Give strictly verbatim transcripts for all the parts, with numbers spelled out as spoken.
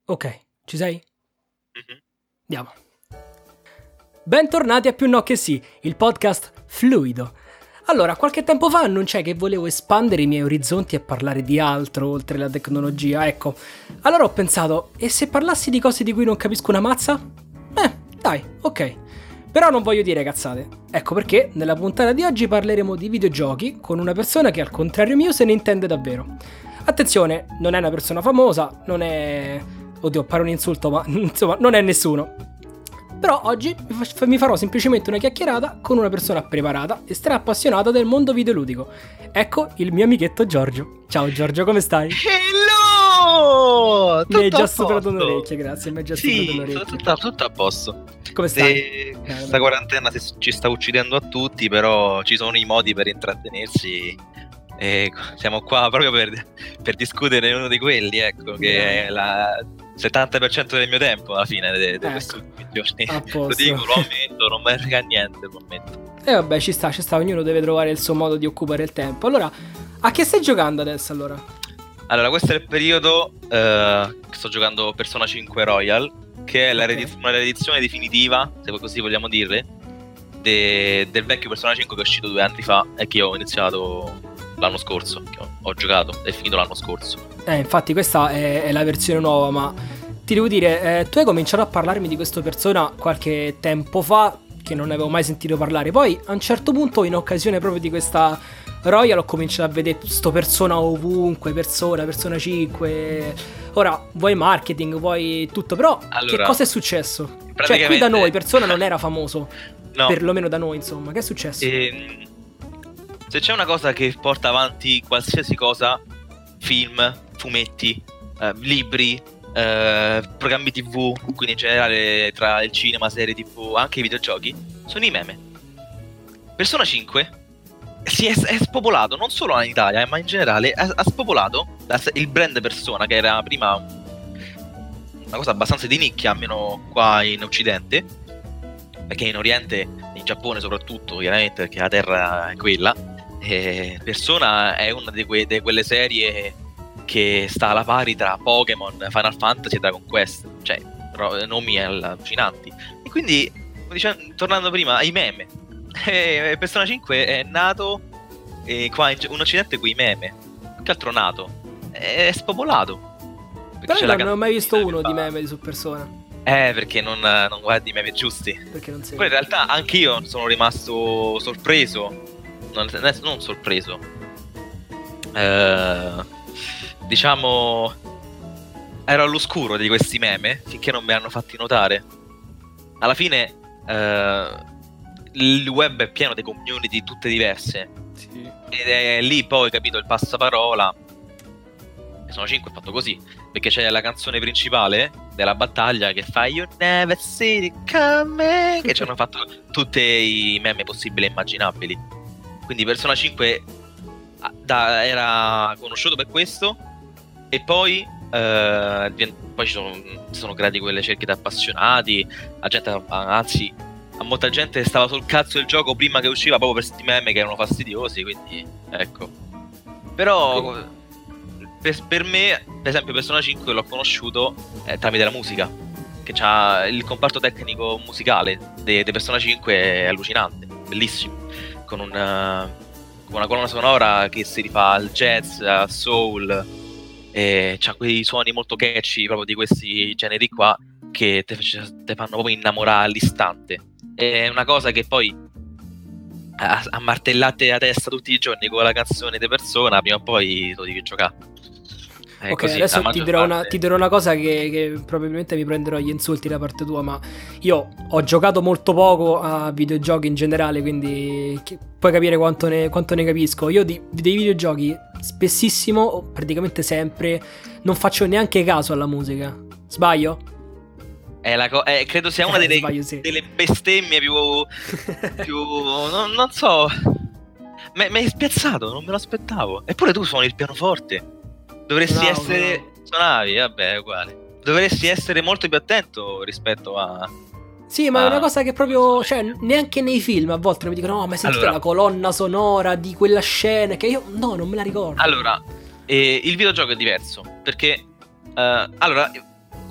Ok, ci sei? Mhm. Andiamo. Bentornati a Più No Che Sì, il podcast fluido. Allora, qualche tempo fa annunciai che volevo espandere i miei orizzonti e parlare di altro oltre la tecnologia, ecco. Allora ho pensato, e se parlassi di cose di cui non capisco una mazza? Eh, dai, ok. Però non voglio dire cazzate. Ecco perché nella puntata di oggi parleremo di videogiochi con una persona che al contrario mio se ne intende davvero. Attenzione, non è una persona famosa, non è... Oddio, pare un insulto, ma insomma, non è nessuno. Però oggi mi farò semplicemente una chiacchierata con una persona preparata e stra appassionata del mondo videoludico. Ecco il mio amichetto Giorgio. Ciao Giorgio, come stai? Hello! Mi hai Tutto già a superato le posto? orecchie, grazie, mi hai già Sì, superato le orecchie. tutto, tutto a posto. Come stai? Se questa quarantena si- ci sta uccidendo a tutti, però ci sono i modi per intrattenersi e siamo qua proprio per, per discutere uno di quelli, ecco, che è la settanta per cento del mio tempo alla fine di Ecco, questi ultimi giorni. a posto. Lo dico, lo ammetto, non me ne frega niente, lo ammetto. E vabbè, ci sta, ci sta, ognuno deve trovare il suo modo di occupare il tempo. Allora, a che stai giocando adesso allora? Allora, questo è il periodo eh, che sto giocando Persona cinque Royal, che è la Ok. reediz- una riedizione definitiva, se così vogliamo dirle, de- del vecchio Persona cinque che è uscito due anni fa e che io ho iniziato l'anno scorso, che ho, ho giocato e finito l'anno scorso. Eh, infatti questa è, è la versione nuova, ma ti devo dire, eh, tu hai cominciato a parlarmi di questa persona qualche tempo fa, che non ne avevo mai sentito parlare. Poi a un certo punto, in occasione proprio di questa Royal, ho cominciato a vedere sto persona ovunque, persona, persona cinque. Ora, vuoi marketing, vuoi tutto, però Allora, che cosa è successo? Cioè, qui praticamente- da noi persona non era famoso, No, perlomeno da noi, insomma. Che è successo? ehm, se c'è una cosa che porta avanti qualsiasi cosa, film, fumetti, eh, libri, eh, programmi tivù, quindi in generale tra il cinema, serie tivù, anche i videogiochi, sono i meme. Persona cinque si è, è spopolato non solo in Italia, eh, ma in generale ha, ha spopolato la- il brand Persona, che era prima una cosa abbastanza di nicchia, almeno qua in Occidente, perché in Oriente, in Giappone soprattutto, chiaramente, perché la terra è quella. E Persona è una di, que- di quelle serie che sta alla pari tra Pokémon, Final Fantasy e Dragon Quest, cioè ro- nomi allucinanti. E quindi, come dicevo, tornando prima ai meme, eh, Persona cinque è nato eh, qua in, in Occidente con i meme, che altro è nato, è spopolato. Perché Però c'è io la non ne ho mai visto canzone uno che di fa- meme di su persona, Eh, perché non, non guardi i meme giusti. perché non sei. Poi in realtà anch'io sono rimasto sorpreso. Non, non sorpreso. Eh, diciamo, ero all'oscuro di questi meme finché non me li hanno fatti notare. Alla fine, eh, il web è pieno di community tutte diverse. Sì. Ed è lì poi, capito, il passaparola. Sono cinque è fatto così, perché c'è la canzone principale della battaglia che fa You never see it coming, che ci hanno fatto tutti i meme possibili e immaginabili. Quindi Persona cinque ah, da- era conosciuto per questo. E poi eh, divent- poi ci sono, si sono creati quelle cerchie di appassionati. La gente, anzi, a molta gente stava sul cazzo il gioco prima che usciva, proprio per questi meme che erano fastidiosi. Quindi ecco. Però per, per me, per esempio, Persona cinque l'ho conosciuto eh, tramite la musica, che c'ha il comparto tecnico musicale di Persona cinque è allucinante, bellissimo, con, un, eh, con una colonna sonora che si rifà al jazz, al soul, e c'ha quei suoni molto catchy proprio di questi generi qua che te, te fanno proprio innamorare all'istante. È una cosa che poi a, a martellate a testa tutti i giorni con la canzone di Persona, prima o poi lo devi giocare. È Ok, così, adesso la ti maggior dirò, una, parte. ti dirò una cosa che, che probabilmente mi prenderò gli insulti da parte tua, ma io ho giocato molto poco a videogiochi in generale, quindi chi- puoi capire quanto ne, quanto ne capisco. Io di, dei videogiochi spessissimo, o praticamente sempre, non faccio neanche caso alla musica. Sbaglio? È la co- è- credo sia una Eh, delle, sbaglio, sì. delle bestemmie più, più non, non so. Mi hai spiazzato, non me lo aspettavo. Eppure tu suoni il pianoforte. Dovresti Bravo, essere. bravo. Suonavi, vabbè, è uguale. Dovresti essere molto più attento rispetto a. Sì, ma è una Ah. cosa che proprio, cioè, neanche nei film a volte mi dicono, no, ma hai sentito Allora. la colonna sonora di quella scena? Che io, no, non me la ricordo. Allora, eh, il videogioco è diverso perché, eh, allora,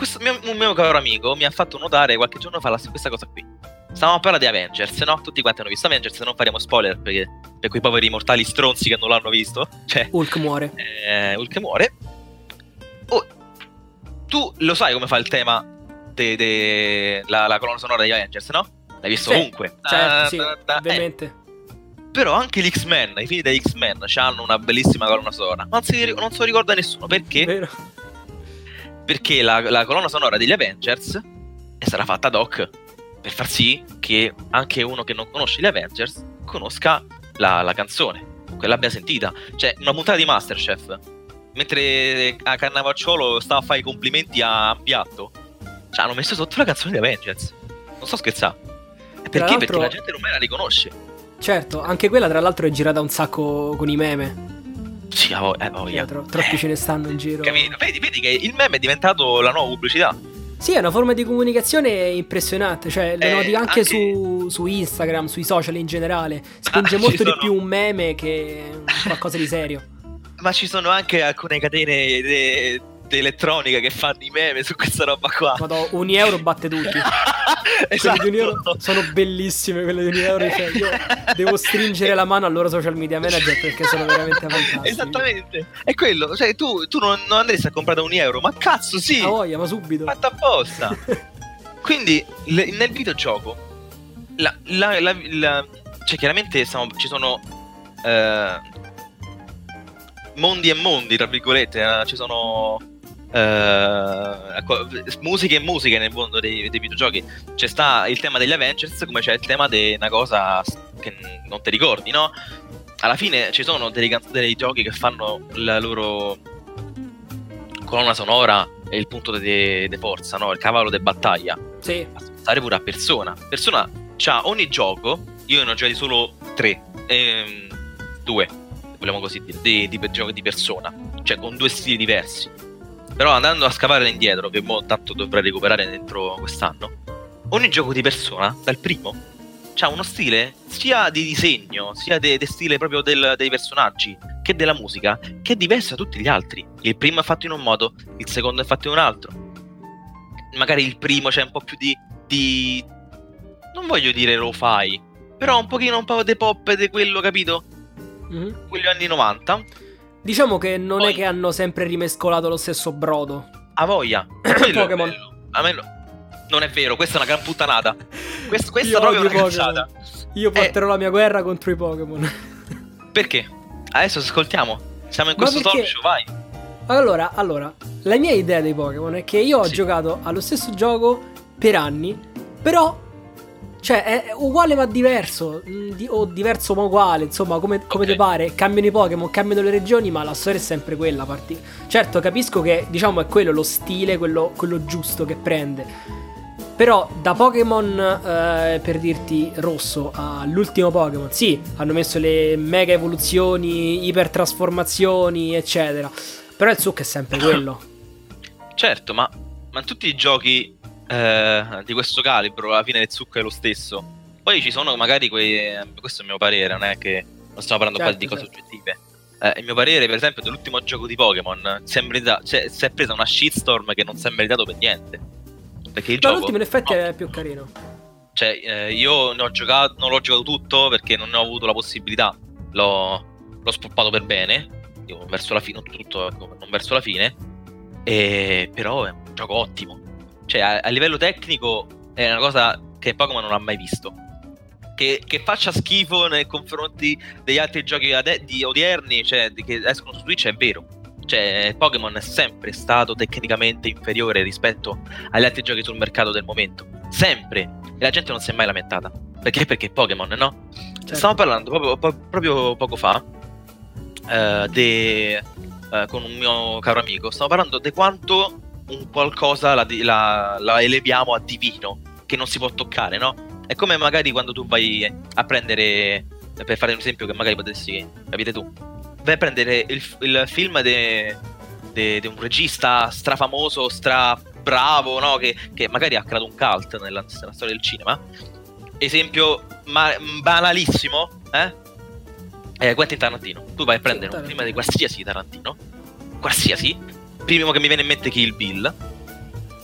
questo mio, un mio caro amico mi ha fatto notare qualche giorno fa la, questa cosa qui. Stavamo a parlare di Avengers, no? Tutti quanti hanno visto Avengers, non faremo spoiler perché per quei poveri mortali stronzi che non l'hanno visto. Cioè, Hulk muore. Eh, Hulk muore. Oh, tu lo sai come fa il tema de, de, la, la colonna sonora degli Avengers, no? L'hai visto sì, ovunque. Certo, ah, sì, da, da, ovviamente. Eh. Però anche gli X-Men, i film degli X-Men hanno una bellissima colonna sonora. Non, si, non se lo ricorda nessuno. Perché? Vero. Perché la, la colonna sonora degli Avengers è stata fatta ad hoc per far sì che anche uno che non conosce gli Avengers conosca la, la canzone, che l'abbia sentita. Cioè, una puntata di MasterChef, mentre a Cannavacciolo stava a fare i complimenti a Piatto, cioè hanno messo sotto la canzone di Avengers. Non sto scherzando. Perché? Perché la gente non me la riconosce. Certo, anche quella tra l'altro è girata un sacco con i meme. Sì, oh, eh, oh, yeah. tro- troppi eh, ce ne stanno in giro. Capito? Vedi, vedi che il meme è diventato la nuova pubblicità. Sì, è una forma di comunicazione impressionante. Cioè, lo eh, noti anche, anche... Su, su Instagram, sui social in generale. Spinge ah, molto sono... di più un meme che qualcosa di serio. Ma ci sono anche alcune catene de... de elettronica che fanno i meme su questa roba qua. Madonna, un euro batte tutti. Esatto. Quelle di un euro sono bellissime, quelle di un euro. Cioè, io devo stringere la mano al loro social media manager perché sono veramente fantastiche. Esattamente. È quello. Cioè, tu, tu non, non andresti a comprare un euro, ma cazzo, sì. Ah, voglia, ma subito. Fatta apposta. Quindi, le, nel videogioco, la, la, la, la, cioè, chiaramente stiamo, ci sono eh, mondi e mondi, tra virgolette. Eh, ci sono. Uh, musiche e musiche nel mondo dei, dei videogiochi. C'è sta il tema degli Avengers, come c'è il tema di una cosa che non ti ricordi, no? Alla fine ci sono dei, dei giochi che fanno la loro colonna sonora e il punto di forza, no? Il cavallo di battaglia. Sì. Stare pure a Persona. Persona c'ha ogni gioco. Io ne ho giocati solo tre, ehm, due, vogliamo così dire, di, di, di giochi di Persona, cioè con due stili diversi. Però andando a scavare indietro, che mo tanto dovrei recuperare dentro quest'anno, ogni gioco di Persona, dal primo, c'ha uno stile sia di disegno, sia di de stile proprio del, dei personaggi, che della musica, che è diverso da tutti gli altri. Il primo è fatto in un modo, il secondo è fatto in un altro. Magari il primo c'è un po' più di... di non voglio dire lo-fi, però un pochino un po' di pop di quello, capito? Mm-hmm. Quelli anni novanta. Diciamo che non Poi, è che hanno sempre rimescolato lo stesso brodo. A voglia. Pokémon. A me no. Non è vero, questa è una gran puttanata. Questa, questa proprio è una cazzata. Io porterò eh. la mia guerra contro i Pokémon. Perché? Adesso ascoltiamo. Siamo in questo talk show, vai. Allora, allora, la mia idea dei Pokémon è che io ho sì. giocato allo stesso gioco per anni, però cioè è uguale ma diverso, di, o diverso ma uguale, insomma, come, come okay. ti pare. Cambiano i Pokémon, cambiano le regioni, ma la storia è sempre quella. Parti... Certo, capisco che, diciamo, è quello lo stile, quello, quello giusto che prende. Però da Pokémon, eh, per dirti, rosso all'ultimo Pokémon, sì, hanno messo le mega evoluzioni, ipertrasformazioni, eccetera. Però il succo è sempre quello. Certo, ma, ma in tutti i giochi... Uh, di questo calibro alla fine il succo è lo stesso. Poi ci sono magari quei, questo è il mio parere, non è che non stiamo parlando certo, qua di cose certo. oggettive. Uh, il mio parere, per esempio, dell'ultimo gioco di Pokémon si è, merita- cioè, si è presa una shitstorm che non si è meritato per niente. Perché il no, gioco l'ultimo in effetti no. è più carino. Cioè, eh, io ne ho giocato, non l'ho giocato tutto perché non ne ho avuto la possibilità. L'ho, l'ho spoppato per bene. Io verso la fine, non tutto, non verso la fine. E, però è un gioco ottimo. Cioè, a, a livello tecnico è una cosa che Pokémon non ha mai visto. Che, che faccia schifo nei confronti degli altri giochi ade- di odierni, cioè di, che escono su Switch, è vero. Cioè, Pokémon è sempre stato tecnicamente inferiore rispetto agli altri giochi sul mercato del momento. Sempre. E la gente non si è mai lamentata. Perché? Perché Pokémon, no? Certo. Stiamo parlando proprio, po- proprio poco fa uh, de, uh, con un mio caro amico. Stiamo parlando di quanto un qualcosa la, la, la eleviamo a divino, che non si può toccare, no? È come magari quando tu vai a prendere, per fare un esempio che magari potresti capire tu, vai a prendere il, il film di un regista strafamoso, stra bravo, no? Che, che magari ha creato un cult nella, nella storia del cinema. Esempio ma, banalissimo, eh? eh? Quentin Tarantino. Tu vai a prendere sì, un film di qualsiasi Tarantino, qualsiasi, primo che mi viene in mente è Kill Bill.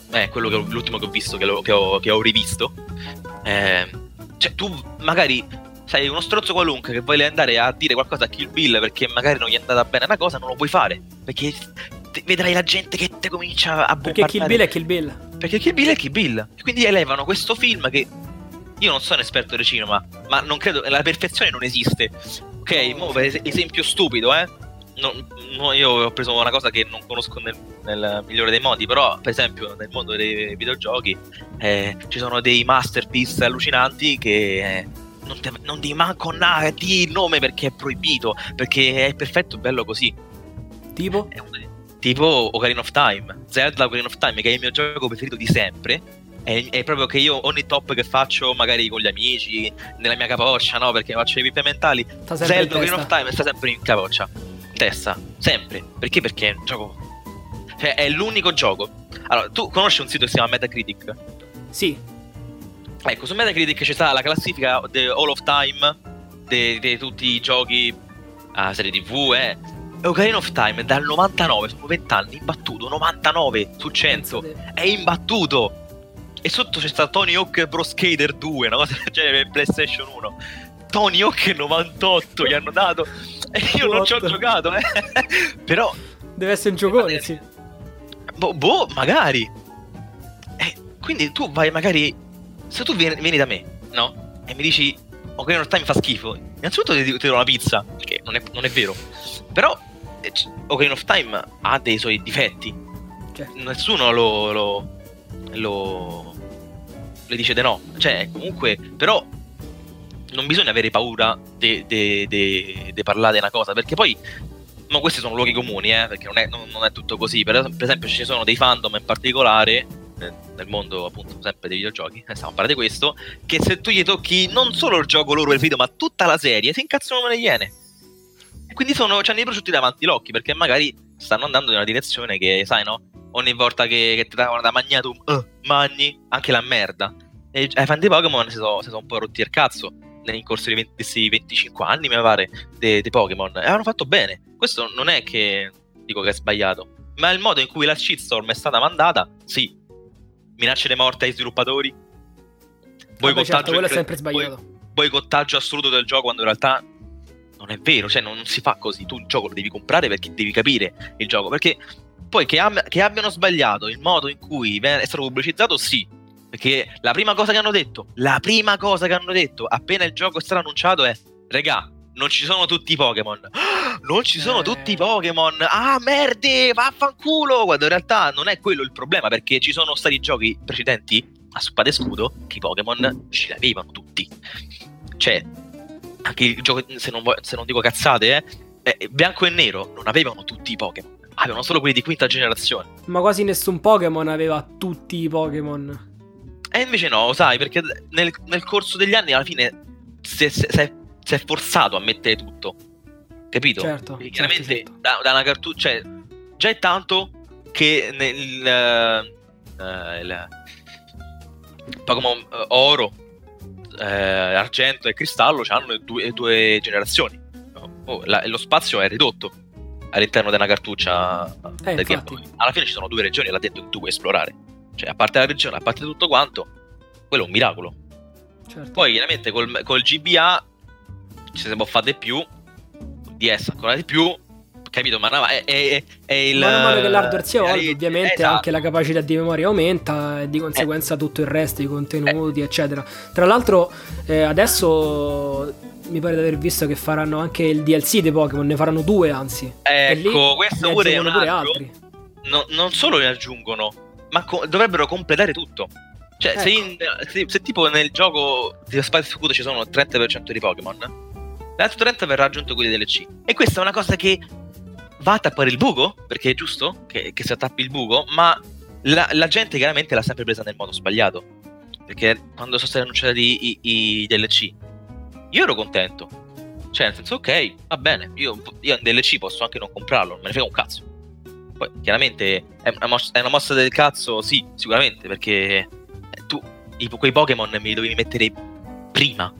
è quello che ho, l'ultimo che ho visto, che, lo, che, ho, che ho rivisto. Eh, cioè, tu magari sei uno stronzo qualunque che vuole andare a dire qualcosa a Kill Bill perché magari non gli è andata bene una cosa, non lo puoi fare, perché te, vedrai la gente che te comincia a bombardare. Perché Kill Bill è Kill Bill. Perché Kill Bill è Kill Bill. E quindi elevano questo film che io non sono esperto di cinema, ma non credo, la perfezione non esiste. Ok, mo per esempio stupido, eh. Non, no, io ho preso una cosa che non conosco nel, nel migliore dei modi, però per esempio nel mondo dei videogiochi eh, ci sono dei masterpiece allucinanti che eh, non, te, non ti manco nada di il nome perché è proibito, perché è perfetto e bello così. Tipo? Tipo Ocarina of Time, Zelda Ocarina of Time, che è il mio gioco preferito di sempre. È, è proprio che io ogni top che faccio magari con gli amici, nella mia capoccia, no, perché faccio le pippe mentali, Zelda Ocarina of Time sta sempre in capoccia, in testa, sempre. Perché? Perché è un gioco, cioè è l'unico gioco. Allora, tu conosci un sito che si chiama Metacritic? Sì. Ecco, su Metacritic c'è stata la classifica di All of Time di tutti i giochi a serie tv, eh. Ocarina of Time dal novantanove, sono venti anni, imbattuto, novantanove su cento, pensate. È imbattuto. E sotto c'è stato Tony Hawk Pro Skater due, una cosa del genere per PlayStation uno. Tony Hawk novantotto gli hanno dato e io non ci ho giocato, eh. Però deve essere un giocone, sì. Boh, boh, magari. Eh, quindi tu vai magari, se tu vieni, vieni da me, no? E mi dici Ocarina of Time fa schifo, innanzitutto ti, ti do una pizza, perché non è, non è vero. Però eh, Ocarina of Time ha dei suoi difetti, cioè, nessuno lo, lo, lo le dice di no, cioè comunque, però non bisogna avere paura di parlare di una cosa, perché poi ma questi sono luoghi comuni, eh, perché non è, non, non è tutto così. Per, per esempio ci sono dei fandom in particolare eh, nel mondo appunto sempre dei videogiochi, eh, stiamo a parlare di questo, che se tu gli tocchi non solo il gioco loro preferito ma tutta la serie, si incazzano come le iene. E quindi sono, c'hanno i prosciutti davanti l'occhio, perché magari stanno andando in una direzione che, sai, no? Ogni volta che, che ti davano da mangiare tu uh, mangi anche la merda. E ai fan di Pokémon si sono so un po' rotti il cazzo nel corso di venti, venticinque anni, mi pare, dei Pokémon, e hanno fatto bene. Questo non è che dico che è sbagliato, ma il modo in cui la shitstorm è stata mandata, sì. Minacce di morte ai sviluppatori, boicottaggio, certo, quello è sempre sbagliato. Boicottaggio assoluto del gioco, quando in realtà non è vero, cioè non, non si fa così. Tu il gioco lo devi comprare perché devi capire il gioco, perché poi che, ab- che abbiano sbagliato il modo in cui è stato pubblicizzato, sì, perché la prima cosa che hanno detto la prima cosa che hanno detto appena il gioco è stato annunciato è: regà, non ci sono tutti i Pokémon. Non ci sono eh... tutti i Pokémon. Ah, merde, vaffanculo. Guarda, in realtà non è quello il problema, perché ci sono stati giochi precedenti a spada e scudo che i Pokémon ce l'avevano tutti. Cioè, anche il gioco, se non, se non dico cazzate, eh, eh, bianco e nero non avevano tutti i Pokémon, avevano solo quelli di quinta generazione. Ma quasi nessun Pokémon aveva tutti i Pokémon. E invece no, sai, perché nel, nel corso degli anni alla fine si è, si è, si è forzato a mettere tutto, capito? Certo, perché chiaramente certo, certo. Da, da una cartuccia, cioè, già è tanto che nel uh, uh, il Pokémon uh, oro, uh, argento e cristallo hanno due, due generazioni, no? Oh, la, lo spazio è ridotto all'interno della cartuccia eh, del Game Boy. Alla fine ci sono due regioni là dentro che tu puoi esplorare. Cioè, a parte la regione, a parte tutto quanto, quello è un miracolo. Certo. Poi, chiaramente, col, col G B A ci si può fare di più, D S ancora di più, capito? Ma no, è, è, è il... Mano a mano che l'hardware si evolve, ovviamente, esatto. Anche la capacità di memoria aumenta e di conseguenza eh. tutto il resto, i contenuti, eh. eccetera. Tra l'altro, eh, adesso mi pare di aver visto che faranno anche il D L C dei Pokémon, ne faranno due, anzi. Ecco, questo pure è un pure altro. Altri. No, non solo ne aggiungono, ma co- dovrebbero completare tutto. Cioè, ecco. se, in, se, se tipo nel gioco di Spada e Scudo ci sono il trenta per cento di Pokémon, l'altro trenta verrà aggiunto quelli D L C. E questa è una cosa che va a tappare il buco, perché è giusto che, che si attappi il buco, ma la, la gente chiaramente l'ha sempre presa nel modo sbagliato. Perché quando sono stati annunciati i, i D L C, io ero contento. Cioè, nel senso, ok, va bene, io, io in D L C posso anche non comprarlo, me ne frega un cazzo. Poi chiaramente è una, mossa, è una mossa del cazzo, sì, sicuramente, perché tu i, quei Pokémon me li dovevi mettere prima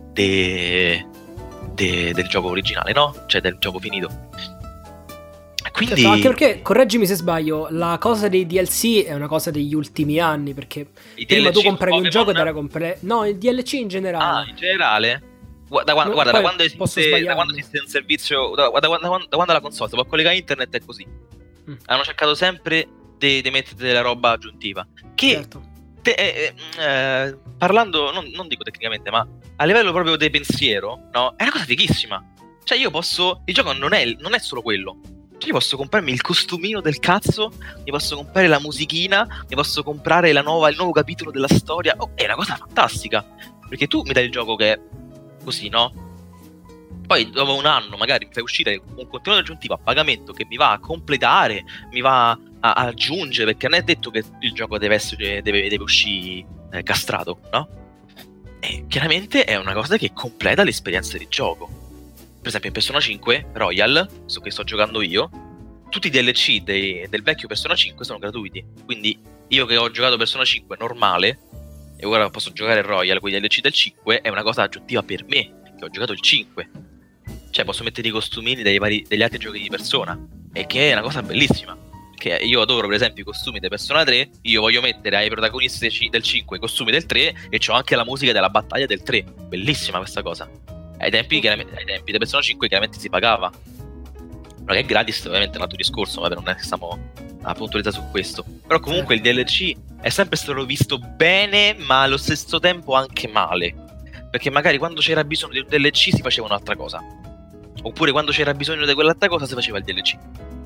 de, de, del gioco originale, no? Cioè del gioco finito. Quindi Certo, anche perché, correggimi se sbaglio, la cosa dei D L C è una cosa degli ultimi anni, perché i prima tu D L C compravi un Pokémon- gioco ed era comprare... No, il D L C in generale. Ah, in generale? Guarda, guarda, No, guarda, da poi quando posso esiste, da quando sbagliarmi. esiste un servizio, da, da quando, da quando la console si può collegare a internet è così. Mm, Hanno cercato sempre di, di mettere della roba aggiuntiva. Che, certo. te- eh, eh, parlando, non, non dico tecnicamente, ma a livello proprio di pensiero, no? È una cosa fighissima. Cioè io posso, il gioco non è, non è solo quello. Cioè io posso comprarmi il costumino del cazzo, mi posso comprare la musichina, mi posso comprare la nuova, il nuovo capitolo della storia. Oh, è una cosa fantastica. Perché tu mi dai il gioco che è così, no? Poi dopo un anno magari mi fai uscire un contenuto aggiuntivo a pagamento che mi va a completare, mi va a, a aggiungere, perché non è detto che il gioco deve essere deve, deve uscire eh, castrato, no? E chiaramente è una cosa che completa l'esperienza di gioco. Per esempio in Persona cinque Royal, su che sto giocando io, tutti i D L C dei, del vecchio Persona cinque sono gratuiti. Quindi io che ho giocato Persona cinque normale e ora posso giocare Royal con i D L C del cinque, è una cosa aggiuntiva per me, che ho giocato il cinque. Cioè posso mettere i costumini dei vari, degli altri giochi di Persona, e che è una cosa bellissima. Che io adoro per esempio i costumi di Persona tre, io voglio mettere ai protagonisti del cinque i costumi del tre e c'ho anche la musica della battaglia del tre. Bellissima questa cosa. Ai tempi, chiaramente, ai tempi di Persona cinque chiaramente si pagava. Ma che è gratis ovviamente è un altro discorso, vabbè, non è che stiamo a puntualizzare su questo. Però comunque il D L C è sempre stato visto bene, ma allo stesso tempo anche male. Perché magari quando c'era bisogno di un D L C si faceva un'altra cosa. Oppure quando c'era bisogno di quell'altra cosa si faceva il D L C.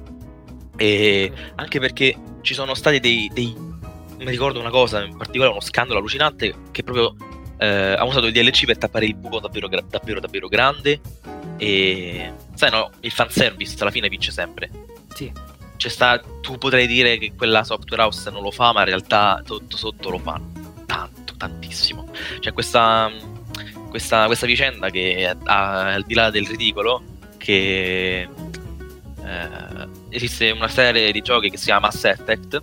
E anche perché ci sono stati dei, dei... mi ricordo una cosa, in particolare uno scandalo allucinante, che proprio eh, ha usato il D L C per tappare il buco davvero, gra- davvero, davvero grande. E sai, no, il fanservice alla fine vince sempre. Sì. C'è sta, tu potrai dire che quella software house non lo fa, ma in realtà sotto sotto lo fa tanto, tantissimo. C'è questa, questa, questa vicenda che ha, al di là del ridicolo, che eh, esiste una serie di giochi che si chiama Mass Effect.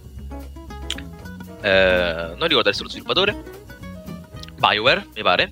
Eh, non ricordo adesso lo sviluppatore, BioWare mi pare.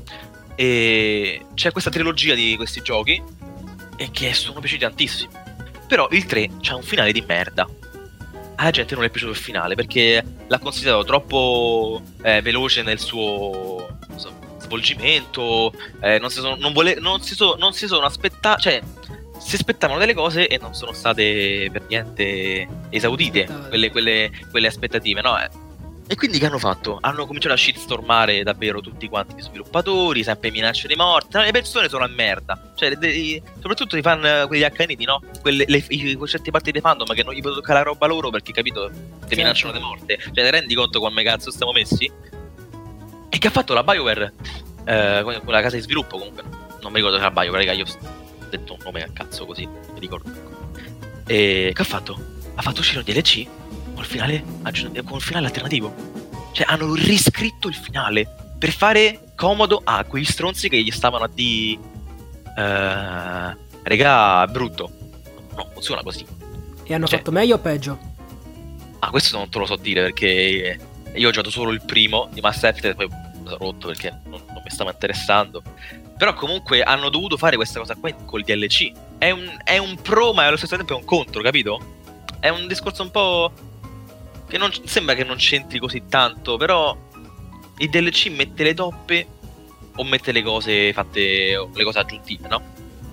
E c'è questa trilogia di questi giochi e che sono piaciuti tantissimo. Però il tre c'ha un finale di merda. Alla gente non è piaciuto il finale perché l'ha considerato troppo eh, veloce nel suo non so, svolgimento. Eh, non si sono, non vole, non si so, non si sono aspettati, cioè si aspettavano delle cose e non sono state per niente esaudite quelle, quelle, quelle aspettative, no? E quindi che hanno fatto? Hanno cominciato a shitstormare davvero tutti quanti gli sviluppatori, sempre minacce di morte. No, le persone sono a merda. Cioè, de, de, soprattutto i fan, quelli accaniti, no? Quelle, le, i, certe parti dei fandom che non gli può toccare la roba loro perché, capito, ti certo. minacciano di morte. Cioè, ti rendi conto come cazzo stiamo messi? E che ha fatto la BioWare? Eh, quella casa di sviluppo, comunque. Non mi ricordo se era BioWare, raga, io ho detto un nome a cazzo così, mi ricordo. E che ha fatto? Ha fatto uscire un D L C con il finale, con il finale alternativo. Cioè hanno riscritto il finale per fare comodo a quegli stronzi che gli stavano a di uh, regà, brutto. No, funziona così. E hanno cioè, fatto meglio o peggio? Ah, questo non te lo so dire perché io ho giocato solo il primo di Mass Effect e poi mi sono rotto perché non, non mi stava interessando. Però comunque hanno dovuto fare questa cosa qua col D L C. È un, è un pro ma allo stesso tempo è un contro, capito? È un discorso un po' che non sembra che non c'entri così tanto, però il D L C mette le toppe o mette le cose fatte, le cose aggiuntive, no?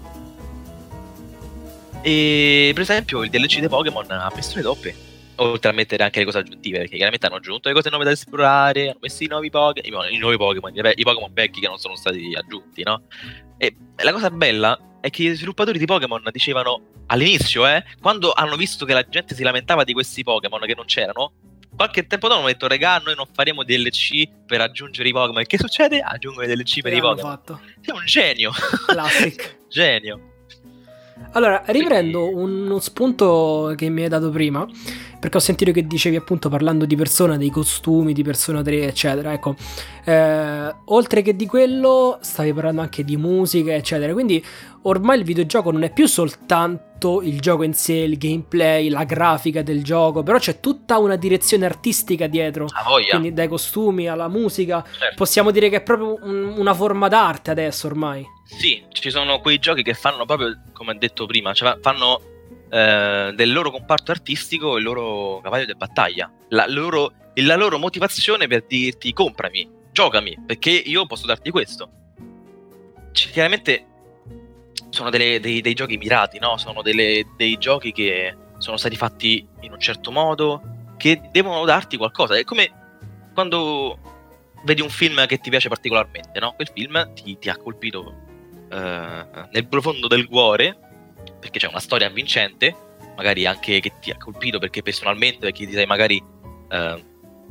E per esempio il D L C dei Pokémon ha messo le toppe, oltre a mettere anche le cose aggiuntive, perché chiaramente hanno aggiunto le cose nuove da esplorare, hanno messo i nuovi Pokémon, i nuovi Pokémon, i Pokémon vecchi che non sono stati aggiunti, no? E la cosa bella è che gli sviluppatori di Pokémon dicevano all'inizio, eh, quando hanno visto che la gente si lamentava di questi Pokémon che non c'erano, qualche tempo dopo hanno detto, regà, noi non faremo D L C per aggiungere i Pokémon. E che succede? Aggiungono i D L C per i Pokémon. Fatto. Sei un genio. Classic. Genio. Allora, riprendo uno spunto che mi hai dato prima, perché ho sentito che dicevi appunto parlando di Persona, dei costumi di Persona tre eccetera, ecco, eh, oltre che di quello stavi parlando anche di musica eccetera, quindi ormai il videogioco non è più soltanto il gioco in sé, il gameplay, la grafica del gioco, però c'è tutta una direzione artistica dietro, quindi dai costumi alla musica, certo. Possiamo dire che è proprio un, una forma d'arte adesso ormai. Sì, ci sono quei giochi che fanno proprio, come ho detto prima, cioè fanno eh, del loro comparto artistico, il loro cavallo di battaglia, la loro, la loro motivazione per dirti comprami, giocami, perché io posso darti questo. Cioè, chiaramente sono delle, dei, dei giochi mirati, no? Sono delle, dei giochi che sono stati fatti in un certo modo, che devono darti qualcosa. È come quando vedi un film che ti piace particolarmente, no? Quel film ti, ti ha colpito eh, nel profondo del cuore, perché c'è una storia avvincente, magari anche che ti ha colpito perché personalmente, perché ti sei magari eh,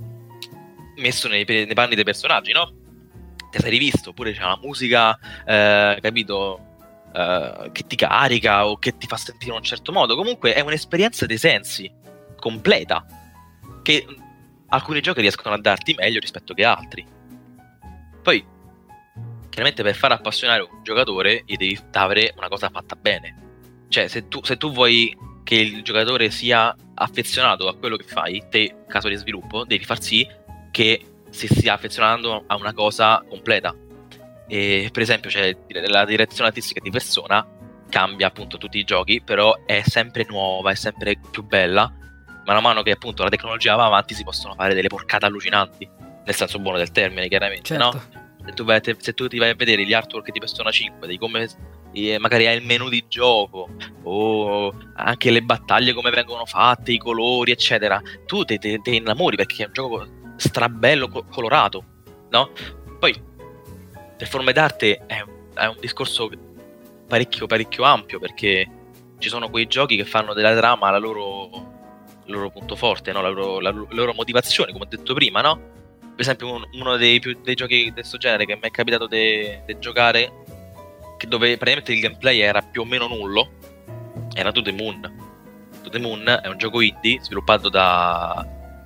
messo nei, nei panni dei personaggi, no? Ti sei rivisto, oppure c'è una musica, eh, capito, eh, che ti carica o che ti fa sentire in un certo modo. Comunque è un'esperienza dei sensi completa, che alcuni giochi riescono a darti meglio rispetto che altri. Poi chiaramente per far appassionare un giocatore gli devi dare una cosa fatta bene. Cioè se tu, se tu vuoi che il giocatore sia affezionato a quello che fai, te, caso di sviluppo, devi far sì che si stia affezionando a una cosa completa. E per esempio c'è la direzione artistica di Persona, cambia appunto tutti i giochi, però è sempre nuova, è sempre più bella. Mano a mano che appunto la tecnologia va avanti si possono fare delle porcate allucinanti, nel senso buono del termine, chiaramente, certo. no? Se tu, vai, te, se tu ti vai a vedere gli artwork di Persona cinque, di come eh, magari hai il menu di gioco, o anche le battaglie come vengono fatte, i colori, eccetera, tu te, te, te innamori perché è un gioco strabello, co- colorato, no? Poi per forme d'arte è, è un discorso parecchio parecchio ampio, perché ci sono quei giochi che fanno della trama la loro, il loro punto forte, no? la, loro, la, la loro motivazione, come ho detto prima, no? Per esempio un, uno dei, più, dei giochi di questo genere che mi è capitato di giocare, che dove praticamente il gameplay era più o meno nullo, era To The Moon. To The Moon è un gioco indie sviluppato da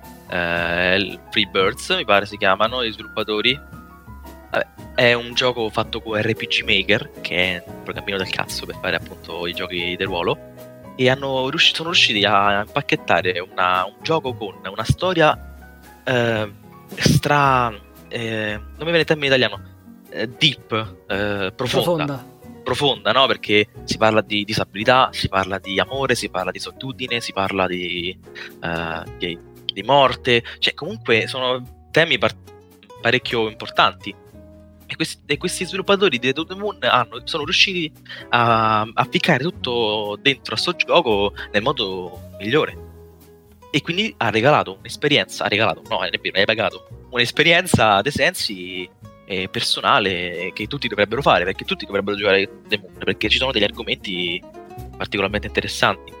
eh, Freebirds, mi pare si chiamano gli sviluppatori. Vabbè, è un gioco fatto con R P G Maker, che è un programmino del cazzo per fare appunto i giochi del ruolo, e hanno riuscito, sono riusciti a impacchettare una, un gioco con una storia eh, stra eh, non mi viene il termine italiano, eh, deep, eh, profonda, profonda profonda, no? Perché si parla di disabilità, si parla di amore, si parla di solitudine, si parla di, eh, di, di morte, cioè comunque sono temi par- parecchio importanti. E questi, e questi sviluppatori di To The Moon hanno, sono riusciti a, a ficcare tutto dentro a sto gioco nel modo migliore, e quindi ha regalato un'esperienza, ha regalato, no, è vero, hai pagato un'esperienza dei sensi eh, personale che tutti dovrebbero fare, perché tutti dovrebbero giocare The Moon, perché ci sono degli argomenti particolarmente interessanti.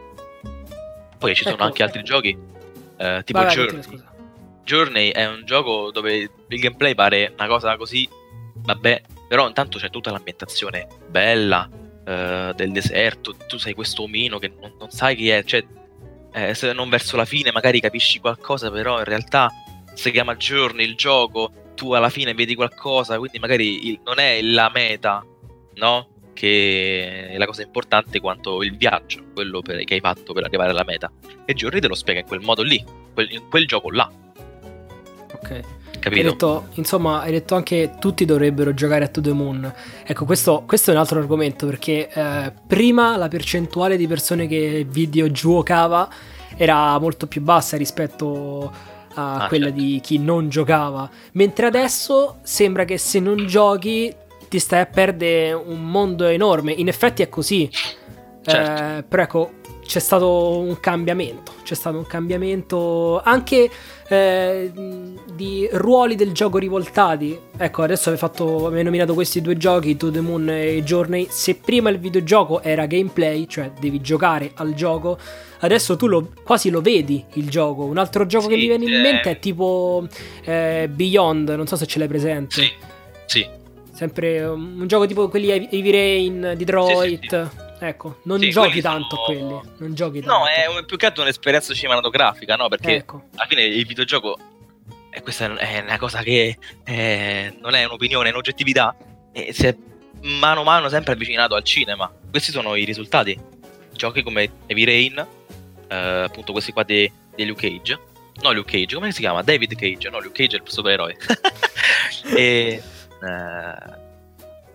Poi ci sono ecco, anche altri giochi eh, tipo vai, Journey. Vai, Journey è un gioco dove il gameplay pare una cosa così, vabbè, però intanto c'è tutta l'ambientazione bella eh, del deserto, tu sei questo omino che non, non sai chi è, cioè eh, se non verso la fine magari capisci qualcosa, però in realtà si chiama Journey il gioco, tu alla fine vedi qualcosa, quindi magari il, non è la meta, no? Che è la cosa importante quanto il viaggio, quello per, che hai fatto per arrivare alla meta, e Journey te lo spiega in quel modo lì, quel, in quel gioco là. Ok. Capito? Hai detto, insomma, hai detto anche tutti dovrebbero giocare a To The Moon. Ecco, questo, questo è un altro argomento, perché eh, prima la percentuale di persone che videogiocava era molto più bassa rispetto a ah, quella certo. di chi non giocava, mentre adesso sembra che se non giochi ti stai a perdere un mondo enorme. In effetti è così, certo. eh, però ecco, c'è stato un cambiamento, c'è stato un cambiamento anche eh, di ruoli del gioco rivoltati. Ecco, adesso hai fatto, hai nominato questi due giochi, To The Moon e Journey. Se prima il videogioco era gameplay, cioè devi giocare al gioco, adesso tu lo, quasi lo vedi il gioco. Un altro gioco sì, che mi viene in mente è tipo eh, Beyond, non so se ce l'hai presente. Sì, sì. Sempre um, un gioco tipo quelli Heavy Rain, Detroit. Sì, sì, sì. Ecco, non sì, giochi tanto sono... quelli. Non giochi tanto. No, è un, più che altro un'esperienza cinematografica, no? Perché ecco. alla fine il videogioco, e questa è una cosa che eh, non è un'opinione, è un'oggettività, e si è mano a mano sempre avvicinato al cinema. Questi sono i risultati. Giochi come Heavy Rain, eh, appunto questi qua di, di Luke Cage. No, Luke Cage, come si chiama? David Cage, no, Luke Cage è il supereroe. e... Uh,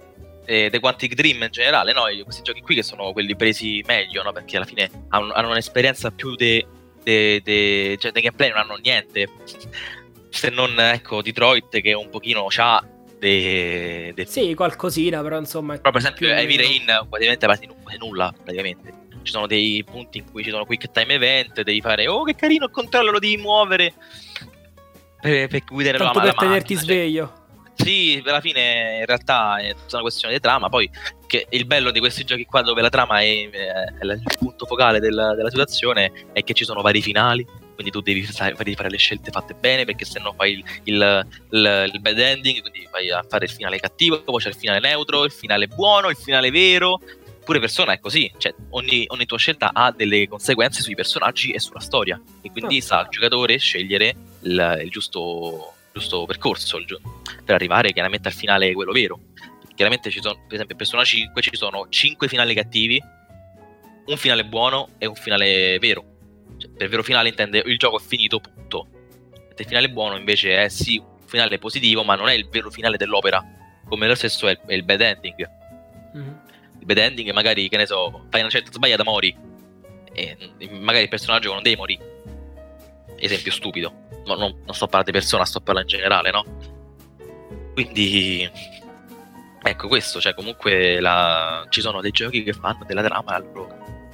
eh, The Quantic Dream in generale, no? Questi giochi qui che sono quelli presi meglio, no? Perché alla fine hanno, hanno un'esperienza più de, de, de, cioè dei gameplay non hanno niente, se non, ecco, Detroit che un pochino c'ha de, de... Sì, qualcosina, però insomma... Però per esempio più... Heavy Rain praticamente quasi nulla, praticamente. Ci sono dei punti in cui ci sono quick time event, devi fare, oh che carino il controllo, lo devi muovere per, per guidare tanto la, per la tenerti macchina, sveglio. Cioè, sì, alla fine in realtà è tutta una questione di trama. Poi che il bello di questi giochi qua dove la trama è, è il punto focale della, della situazione è che ci sono vari finali, quindi tu devi fare, devi fare le scelte fatte bene, perché se no fai il, il, il, il bad ending, quindi vai a fare il finale cattivo, poi c'è il finale neutro, il finale buono, il finale vero. Pure Persona è così, cioè ogni, ogni tua scelta ha delle conseguenze sui personaggi e sulla storia, e quindi oh. sa il giocatore scegliere il, il giusto giusto percorso il gi- per arrivare chiaramente al finale quello vero. Chiaramente ci sono, per esempio in Persona cinque ci sono cinque finali cattivi, un finale buono e un finale vero. Cioè, per vero finale intende il gioco è finito, punto. Il finale buono invece è sì un finale positivo, ma non è il vero finale dell'opera, come lo stesso è il, è il bad ending. Mm-hmm. Il bad ending magari, che ne so, fai una scelta sbagliata, mori, e magari il personaggio non deve morire. Esempio stupido. No, non, non sto parlando di Persona, sto parlando in generale, no? Quindi ecco questo, cioè comunque la... ci sono dei giochi che fanno della trama al loro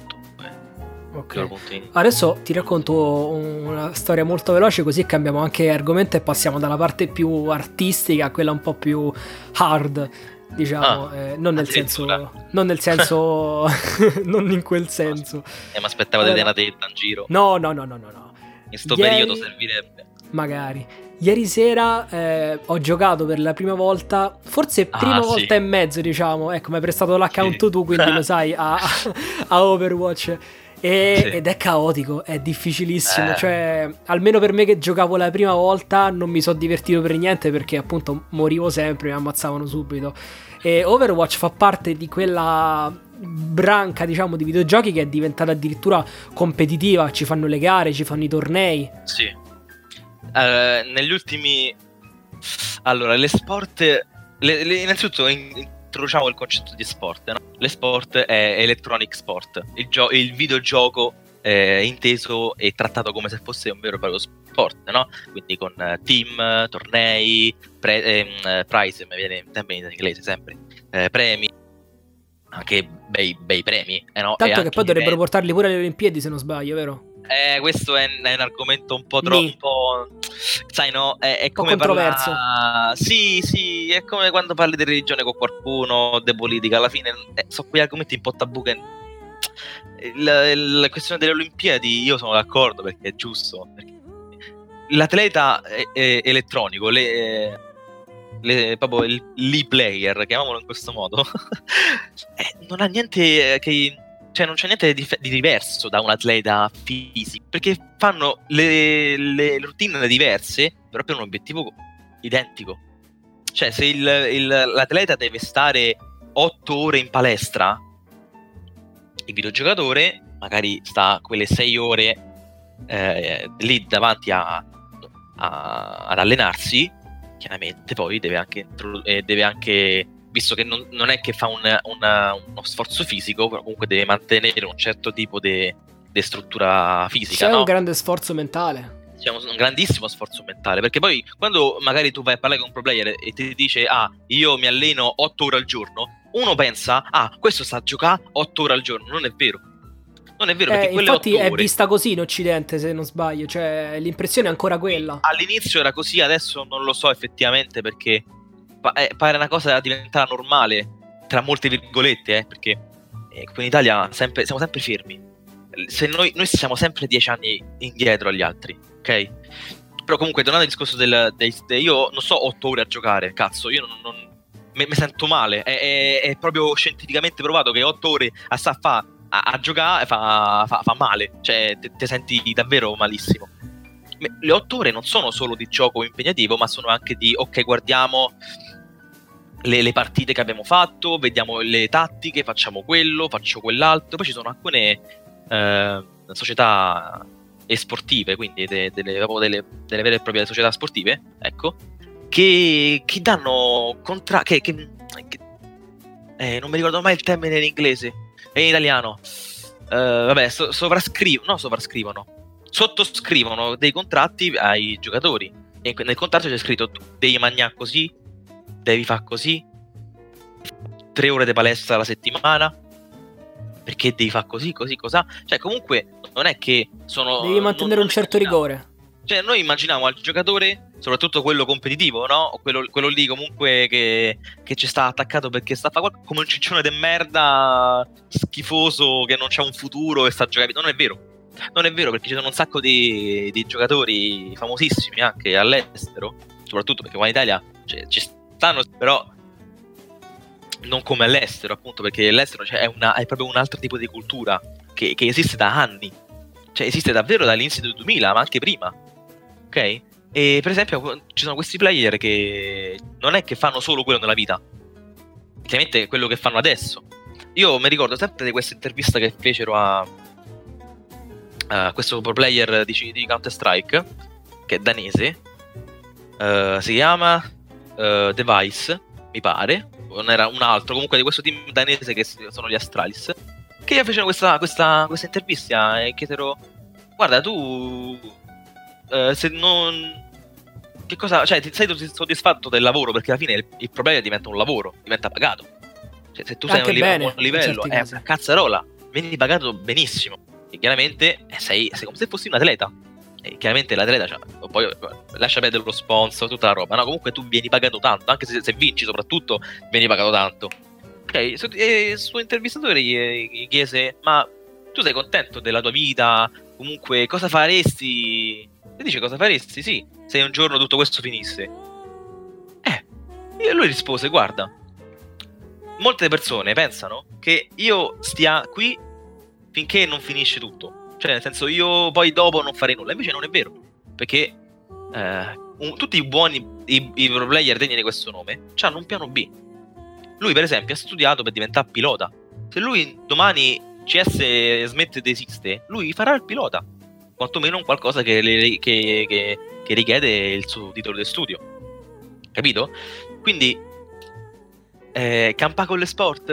punto. Ok. Adesso ti racconto una storia molto veloce, così cambiamo anche argomento e passiamo dalla parte più artistica a quella un po' più hard, diciamo, ah, eh, non nel senso non nel senso non in quel senso. Eh, mi aspettavo allora, di vedere una tetta in giro. No, no, no, no, no, no. In sto Ieri... periodo servirebbe. Magari. Ieri sera eh, ho giocato per la prima volta, forse prima ah, volta sì. e mezzo, diciamo. Ecco, mi hai prestato l'account sì. tu, quindi lo sai, a, a Overwatch. E, sì. Ed è caotico, è difficilissimo. Eh. Cioè, almeno per me che giocavo la prima volta, non mi sono divertito per niente, perché appunto morivo sempre, mi ammazzavano subito. E Overwatch fa parte di quella branca, diciamo, di videogiochi che è diventata addirittura competitiva. Ci fanno le gare, ci fanno i tornei. Sì. Uh, negli ultimi allora le sport le, le, innanzitutto introduciamo il concetto di sport, no? Le sport è electronic sport, il, gio- il videogioco è inteso e trattato come se fosse un vero e proprio sport, no? Quindi con uh, team, tornei, pre- eh, prize, mi viene in termini in inglese sempre, eh, premi, anche bei, bei premi, eh, no? Tanto e che poi dovrebbero portarli pure alle Olimpiadi, se non sbaglio, vero? Eh, questo è, è un argomento un po' troppo, sai, no? È, è come controverso. Parla... Sì, sì, è come quando parli di religione con qualcuno, di politica. Alla fine eh, sono quegli argomenti un po' tabù che la, la questione delle Olimpiadi io sono d'accordo, perché è giusto. Perché l'atleta è, è elettronico, le, le, proprio il, l'e-player, chiamiamolo in questo modo, eh, non ha niente che... Cioè non c'è niente di, di diverso da un atleta fisico, perché fanno le, le routine diverse, però per un obiettivo identico. Cioè se il, il, l'atleta deve stare otto ore in palestra, il videogiocatore magari sta quelle sei ore eh, lì davanti a, a, ad allenarsi. Chiaramente poi deve anche, eh, deve anche visto che non, non è che fa un, una, uno sforzo fisico, però comunque deve mantenere un certo tipo di struttura fisica. C'è no? un grande sforzo mentale. C'è un, un grandissimo sforzo mentale, perché poi quando magari tu vai a parlare con un pro player e ti dice ah, io mi alleno otto ore al giorno, uno pensa ah, questo sta a giocare otto ore al giorno. Non è vero. Non è vero, perché eh, quelle infatti otto ore... è vista così in Occidente, se non sbaglio, cioè l'impressione è ancora quella. All'inizio era così, adesso non lo so effettivamente, perché Eh, pare una cosa da diventare normale, tra molte virgolette, eh, perché eh, qui in Italia sempre, siamo sempre fermi. Se noi, noi siamo sempre dieci anni indietro agli altri, ok? Però comunque tornando al discorso del, del, del io non so otto ore a giocare, cazzo, io non, non mi sento male, è, è, è proprio scientificamente provato che otto ore a sta fa a, a giocare fa, fa, fa male, cioè ti senti davvero malissimo. Le otto ore non sono solo di gioco impegnativo, ma sono anche di ok, guardiamo le, le partite che abbiamo fatto, vediamo le tattiche, facciamo quello, faccio quell'altro. Poi ci sono alcune eh, società esportive, quindi de, de, de, delle, delle vere e proprie società sportive, ecco, che, che danno contra che, che, che eh, non mi ricordo mai il termine in inglese e in italiano. Uh, vabbè, so- sovrascrivono, no, sovrascrivono, sottoscrivono dei contratti ai giocatori. E nel contratto c'è scritto: tu devi mangiare così, devi fare così, tre ore di palestra alla settimana, perché devi fare così, così, cos'ha. Cioè, comunque, non è che sono. Devi mantenere non, un certo rigore. Cioè, noi immaginiamo al giocatore, soprattutto quello competitivo, no? O quello, quello lì comunque che, che ci sta attaccato perché sta a fare qualcosa, come un ciccione de merda, schifoso, che non c'ha un futuro e sta giocando. Non è vero. Non è vero, perché ci sono un sacco di, di giocatori famosissimi anche all'estero, soprattutto perché qua in Italia cioè, ci stanno, però non come all'estero, appunto, perché all'estero cioè, è, una, è proprio un altro tipo di cultura che, che esiste da anni. Cioè esiste davvero dall'inizio del duemila, ma anche prima. Ok? E per esempio ci sono questi player che non è che fanno solo quello nella vita, chiaramente quello che fanno adesso. Io mi ricordo sempre di questa intervista che fecero a, a questo pro player di, di Counter Strike, che è danese, uh, si chiama uh, Device, mi pare, non era un altro, comunque di questo team danese che sono gli Astralis, che fecero questa, questa, questa intervista e chiesero: guarda, tu uh, se non che cosa, cioè ti sei soddisfatto del lavoro, perché alla fine il, il problema diventa un lavoro, diventa pagato. Cioè, se tu sei a un, li- un buon livello, è una cazzarola, vieni pagato benissimo. E chiaramente eh, sei, sei come se fossi un atleta. E chiaramente l'atleta, cioè, poi lascia perdere lo sponsor, tutta la roba. No, comunque tu vieni pagato tanto, anche se, se vinci soprattutto, vieni pagato tanto. Ok, su, e il suo intervistatore gli, gli chiese: ma tu sei contento della tua vita? Comunque, cosa faresti? E dice: cosa faresti? Sì, se un giorno tutto questo finisse. Eh, e lui rispose: guarda, molte persone pensano che io stia qui finché non finisce tutto. Cioè, nel senso, io poi dopo non farei nulla. Invece non è vero, perché eh, un, tutti i buoni, i, i pro player degni di questo nome, hanno un piano B. Lui, per esempio, ha studiato per diventare pilota. Se lui domani C S smette di esistere, lui farà il pilota. Quantomeno un qualcosa che, che, che, che richiede il suo titolo di studio. Capito? Quindi eh, campa con le sport?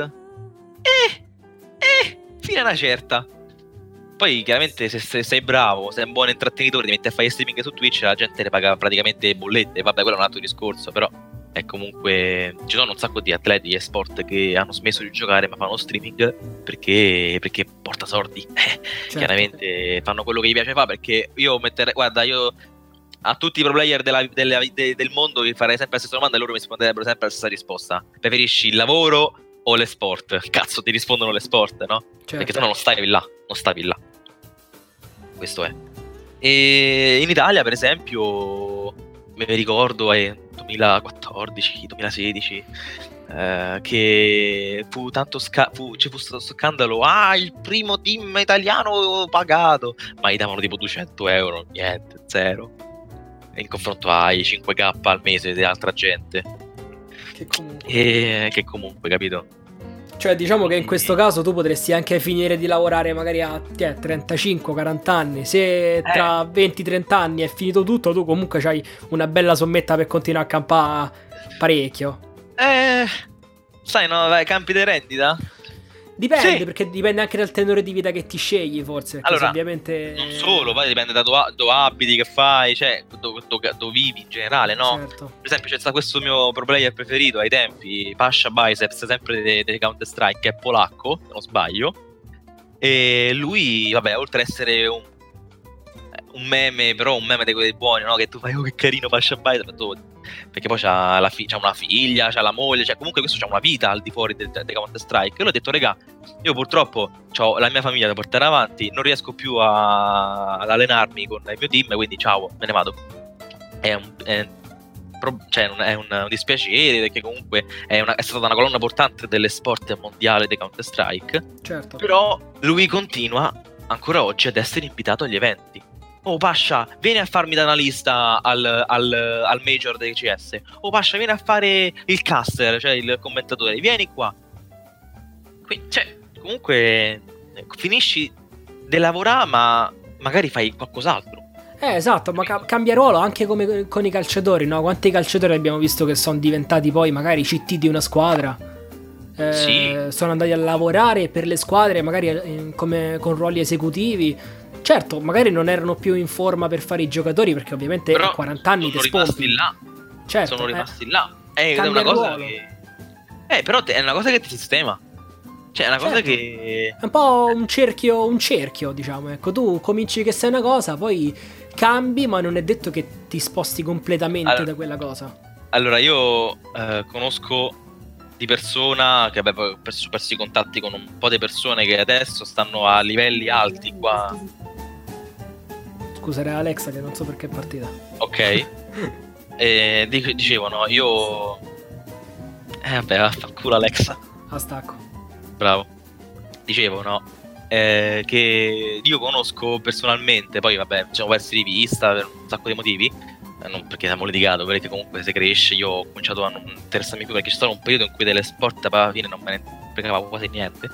Eh, eh, fino a una certa. Poi chiaramente se, se sei bravo, sei un buon intrattenitore, ti metti a fare streaming su Twitch, la gente ne paga praticamente bollette. Vabbè, quello è un altro discorso, però è comunque, ci sono un sacco di atleti di esport che hanno smesso di giocare ma fanno streaming perché, perché porta soldi. Certo. Chiaramente fanno quello che gli piace fare, perché io metterei, guarda, io a tutti i pro player della, della, de, del mondo vi farei sempre la stessa domanda e loro mi risponderebbero sempre la stessa risposta: preferisci il lavoro o le sport? Cazzo, ti rispondono le sport, no? Certo. Perché sennò non stavi là, non stavi là. Questo è. E in Italia, per esempio, mi ricordo è duemilaquattordici duemilasedici eh, che fu tanto sca- fu, ci fu stato scandalo: ah, il primo team italiano pagato, ma gli davano tipo duecento euro, niente, zero, in confronto ai cinque K al mese di altra gente che comunque, e, che comunque capito. Cioè, diciamo che in questo caso tu potresti anche finire di lavorare magari a eh, trentacinque quaranta anni. Se tra eh. venti trenta anni è finito tutto, tu comunque c'hai una bella sommetta per continuare a campare parecchio. Eh, sai, no, vai, campi di rendita? Dipende, sì. Perché dipende anche dal tenore di vita che ti scegli, forse. Allora, ovviamente non solo, poi dipende da dove, dove abiti, che fai, cioè dove, dove, dove vivi in generale, no? Certo. Per esempio c'è stato questo mio pro player preferito ai tempi, Pasha Biceps, sempre di, di Counter Strike, che è polacco, se non sbaglio. E lui, vabbè, oltre ad essere un, un meme, però un meme di quelli buoni, no? Che tu fai: oh, che carino Pasha Biceps, perché poi c'ha, la fi- c'ha una figlia, c'ha la moglie, cioè comunque questo c'ha una vita al di fuori di Counter Strike. E l'ho detto: regà, io purtroppo ho la mia famiglia da portare avanti, non riesco più a, ad allenarmi con il mio team, quindi ciao, me ne vado. È un, è, cioè, è un, un dispiacere, perché comunque è, una, è stata una colonna portante delle sport mondiali di Counter Strike. Certo. Però lui continua ancora oggi ad essere invitato agli eventi. Oh Pasha, vieni a farmi da analista al, al, al major dei C S. Oh Pasha, vieni a fare il caster, cioè il commentatore, vieni qua. Quindi, cioè, comunque finisci di lavorare, ma magari fai qualcos'altro. Eh, esatto, ma ca- cambia ruolo anche come con i calciatori, no? Quanti calciatori abbiamo visto che sono diventati poi magari C T di una squadra? eh, Sì. sono andati a lavorare per le squadre, magari eh, come, con ruoli esecutivi. Certo, magari non erano più in forma per fare i giocatori, perché ovviamente Però a quaranta anni ti sono rimasti spompi. là. Certo, Sono eh. rimasti là. È Cambia una il cosa ruolo. che... Eh, però te- è una cosa che ti sistema. Cioè, è una cosa Certo. che... È un po' un cerchio, un cerchio, diciamo. Ecco, tu cominci che sei una cosa, poi cambi, ma non è detto che ti sposti completamente Allora- da quella cosa. Allora, io eh, conosco di persona che avevo perso, perso i contatti con un po' di persone che adesso stanno a livelli alti qua. Scusa, era Alexa che non so perché è partita. Ok. E dic- dicevano, io... Eh, vabbè, vaffanculo Alexa. A stacco. Bravo. Dicevo, no? Eh, che io conosco personalmente, poi vabbè, ci siamo persi di vista per un sacco di motivi, eh, non perché siamo litigato, perché comunque se cresce io ho cominciato a non interessarmi più, perché c'è stato un periodo in cui delle sport alla fine non me ne fregava quasi niente.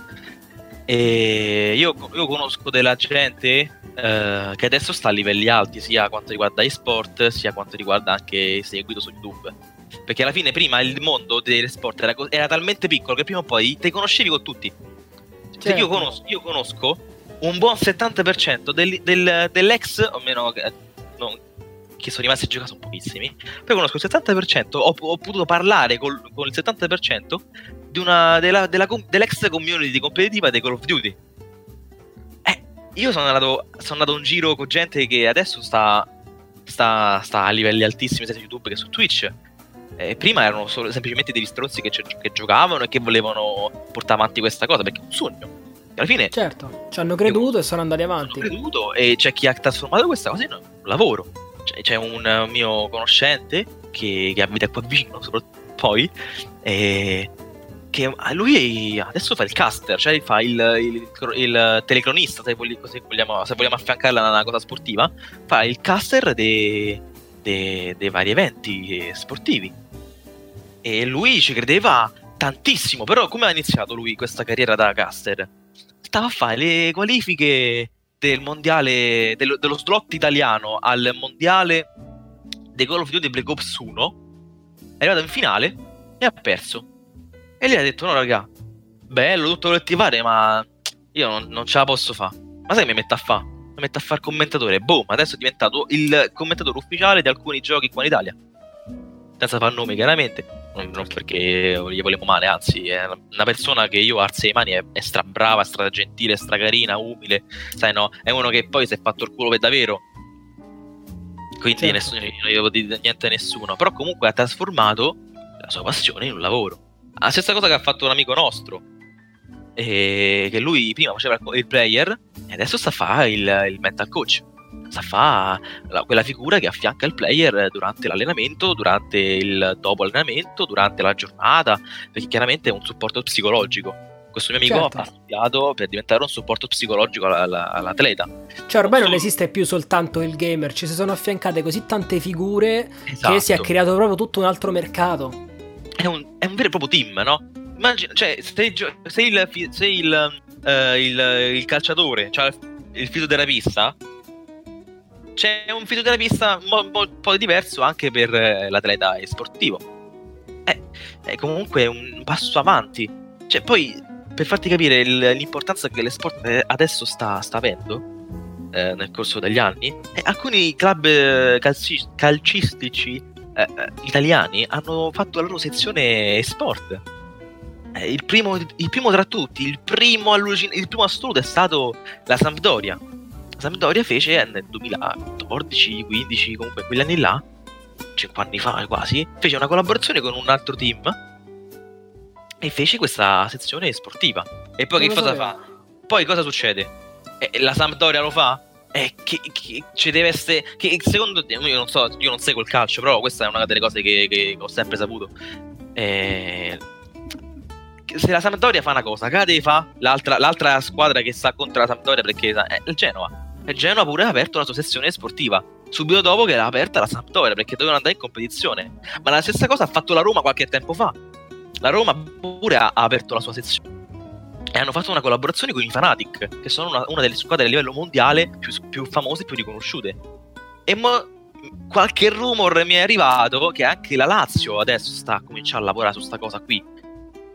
E io, io conosco della gente eh, che adesso sta a livelli alti, sia quanto riguarda e-sport, sia quanto riguarda anche seguito su YouTube. Perché alla fine prima il mondo delle sport era, co- era talmente piccolo che prima o poi te conoscevi con tutti. Cioè, Certo. io, conosco, io conosco un buon settanta per cento del, del- dell'ex, o meno che, no, che sono rimasti a giocare sono pochissimi, poi conosco il settanta per cento, ho, ho potuto parlare col- con il settanta per cento di una, della, della com- dell'ex community competitiva di Call of Duty. Eh, io sono andato, sono andato in giro con gente che adesso sta, sta, sta a livelli altissimi sia su YouTube che su Twitch. Eh, prima erano solo, semplicemente degli stronzi che, che giocavano e che volevano portare avanti questa cosa perché è un sogno. E alla fine Certo, ci hanno creduto e sono andati avanti. hanno creduto e c'è chi ha trasformato questa cosa in un lavoro. Cioè, c'è un mio conoscente che, che abita qua vicino, soprattutto poi, e che lui adesso fa il caster, cioè fa il, il, il telecronista, se vogliamo, se vogliamo, se vogliamo affiancarla a una cosa sportiva, fa il caster dei, dei, dei vari eventi sportivi. E lui ci credeva tantissimo, però come ha iniziato lui questa carriera da caster? Stava a fare le qualifiche del mondiale, dello, dello slot italiano al mondiale dei Call of Duty Black Ops uno, è arrivato in finale e ha perso. E lei ha detto: no raga, bello tutto quello che ti pare, ma io non, non ce la posso fare. Ma sai che mi metto a fare? Mi metto a fare commentatore. Boom, adesso è diventato il commentatore ufficiale di alcuni giochi qua in Italia, senza far nome chiaramente, non, non perché gli volevo male, anzi è una persona che io alzo le mani, è, è stra brava, stra gentile, stra carina, umile, sai, no, è uno che poi si è fatto il culo per davvero, quindi Certo. nessuno, non gli devo dire niente a nessuno, però comunque ha trasformato la sua passione in un lavoro. La stessa cosa che ha fatto un amico nostro, e che lui prima faceva il player e adesso sta a fare il, il mental coach, sta a fare la- quella figura che affianca il player durante l'allenamento, durante il dopo allenamento, durante la giornata, perché chiaramente è un supporto psicologico. Questo mio amico Certo. ha studiato per diventare un supporto psicologico alla- alla- all'atleta. Cioè ormai non Solo- esiste più soltanto il gamer, ci si sono affiancate così tante figure Esatto. che si è creato proprio tutto un altro mercato. È un, è un vero e proprio team, no? Immagina, cioè, se, gio- se il, fi- se il, eh, il, il calciatore, cioè il fisioterapista, c'è un fisioterapista mo- mo- un po' diverso anche per eh, l'atleta sportivo. È, è comunque un passo avanti. Cioè, poi, per farti capire il- l'importanza che l'esport eh, adesso sta, sta avendo eh, nel corso degli anni, eh, alcuni club eh, calci- calcistici eh, eh, italiani hanno fatto la loro sezione sport. Eh, il, primo, il primo tra tutti, il primo, allucin- il primo assoluto è stato la Sampdoria. La Sampdoria fece nel duemilaquattordici quindici, comunque quegli anni là, cinque anni fa quasi, fece una collaborazione con un altro team e fece questa sezione sportiva. E poi Non che lo cosa sapevo. fa? Poi cosa succede? Eh, la Sampdoria lo fa? Eh, che, che ci deve essere. Che secondo te, io non so, io non seguo il calcio, però questa è una delle cose che, che ho sempre saputo. Eh, che se la Sampdoria fa una cosa, che deve fa l'altra, l'altra squadra che sta contro la Sampdoria, perché è il Genoa. E il Genoa pure ha aperto la sua sessione sportiva subito dopo che l'ha aperta la Sampdoria, perché dovevano andare in competizione. Ma la stessa cosa ha fatto la Roma qualche tempo fa. La Roma pure ha, ha aperto la sua sezione e hanno fatto una collaborazione con i Fnatic, che sono una, una delle squadre a livello mondiale più, più famose e più riconosciute. E mo, qualche rumor mi è arrivato che anche la Lazio adesso sta a cominciare a lavorare su sta cosa qui.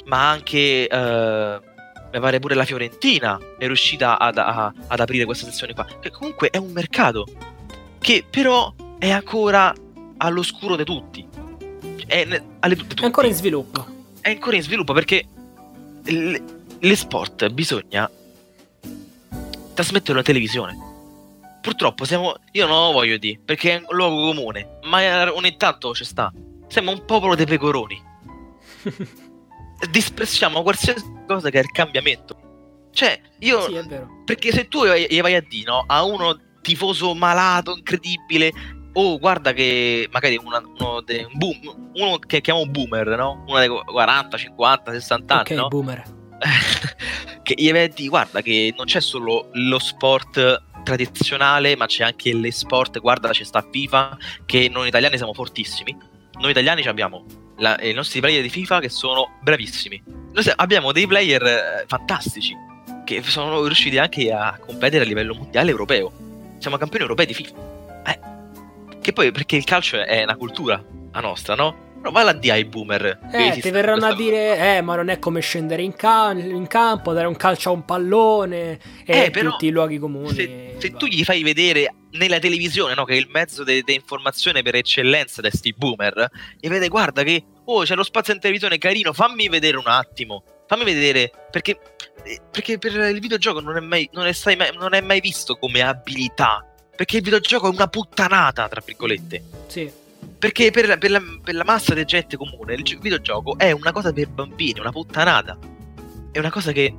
ma anche eh, mi pare pure la Fiorentina è riuscita ad, a, ad aprire questa sezione qua, che comunque è un mercato che però è ancora all'oscuro di tutti, è, ne, alle, tutti. È ancora in sviluppo. È ancora in sviluppo perché le, le sport bisogna trasmetterlo alla televisione. Purtroppo siamo, io non lo voglio dire perché è un luogo comune, ma ogni tanto ci sta. Siamo un popolo dei pecoroni. Disprezziamo qualsiasi cosa che è il cambiamento. Cioè, io Sì, è vero. perché se tu gli vai a dire, no, a uno tifoso malato, incredibile, oh guarda che magari una, uno, de, un boom, uno che chiama un boomer, no? Uno dei quaranta, cinquanta, sessanta Ok, anni, no? boomer. Che gli vai a dire, guarda che non c'è solo lo sport tradizionale, ma c'è anche l'esport, guarda c'è sta FIFA, che noi italiani siamo fortissimi. Noi italiani abbiamo la, i nostri player di FIFA che sono bravissimi. Noi abbiamo dei player eh, fantastici che sono riusciti anche a competere a livello mondiale europeo. Siamo campioni europei di FIFA. Eh, che poi perché il calcio è una cultura la nostra, no? Però vai a dire ai boomer. Eh, ti verranno a dire, eh, ma non è come scendere in, ca- in campo, dare un calcio a un pallone e eh, però, tutti i luoghi comuni. Se, se tu gli fai vedere nella televisione, no, che è il mezzo di informazione per eccellenza di sti boomer, e vede, guarda che, oh, c'è lo spazio in televisione carino, fammi vedere un attimo, fammi vedere, perché, perché per il videogioco non è mai, non è, mai, non è mai visto come abilità, perché il videogioco è una puttanata, tra virgolette. Sì. Perché per la, per, la, per la massa di gente comune il videogioco è una cosa per bambini, una puttanata. È una cosa che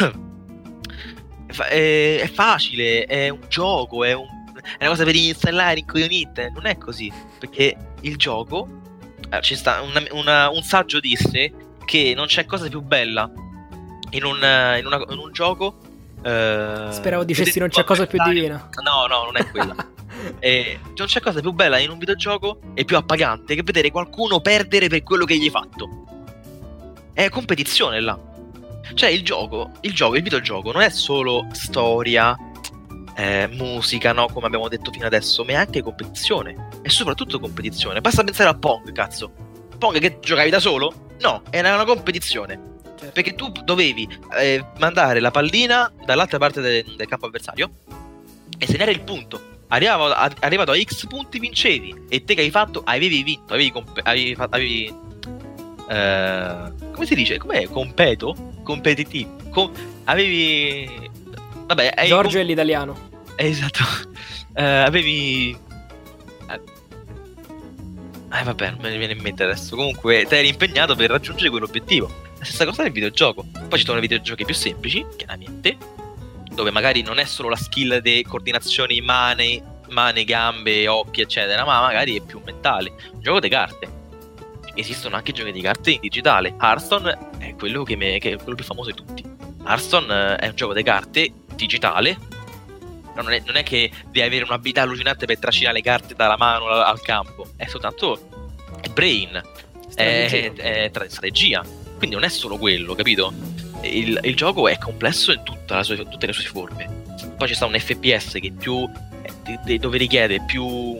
è, è facile, è un gioco, è, un, è una cosa per installare, incoglionite. Non è così, perché il gioco eh, ci sta una, una, un saggio disse che non c'è cosa più bella in un, in una, in un gioco. Eh, Speravo dicessi non c'è cosa più divina. No, no, non è quella. E non c'è cosa più bella in un videogioco e più appagante che vedere qualcuno perdere per quello che gli hai fatto. È competizione là. Cioè il gioco, il gioco, il videogioco non è solo storia, eh, musica, no, come abbiamo detto fino adesso, ma è anche competizione. E soprattutto competizione. Basta pensare a Pong, cazzo. Pong che giocavi da solo? No, era una competizione. Certo. Perché tu dovevi eh, mandare la pallina dall'altra parte de- del campo avversario e segnare il punto. Arrivato a, arrivato a X punti vincevi. E te che hai fatto? Avevi vinto. Avevi, comp- avevi, avevi eh, come si dice? Com'è? Competo? Competitivo. Com- avevi vabbè, hai Giorgio com- è l'italiano. Esatto. eh, Avevi eh, eh vabbè, non me ne viene in mente adesso. Comunque te eri impegnato per raggiungere quell'obiettivo. La stessa cosa nel videogioco. Poi ci sono i videogiochi più semplici, chiaramente, dove magari non è solo la skill di coordinazioni mani, mani, gambe, occhi, eccetera, ma magari è più mentale. Un gioco di carte. Esistono anche giochi di carte in digitale. Hearthstone è quello che, me, che è quello più famoso di tutti. Hearthstone è un gioco di carte digitale. Non è, non è che devi avere un'abilità allucinante per trascinare le carte dalla mano al, al campo. È soltanto è brain, strategia. È, è, è strategia. Quindi non è solo quello, capito? Il, il gioco è complesso in tutta la sua, tutte le sue forme. Poi c'è sta un F P S che più eh, dove richiede più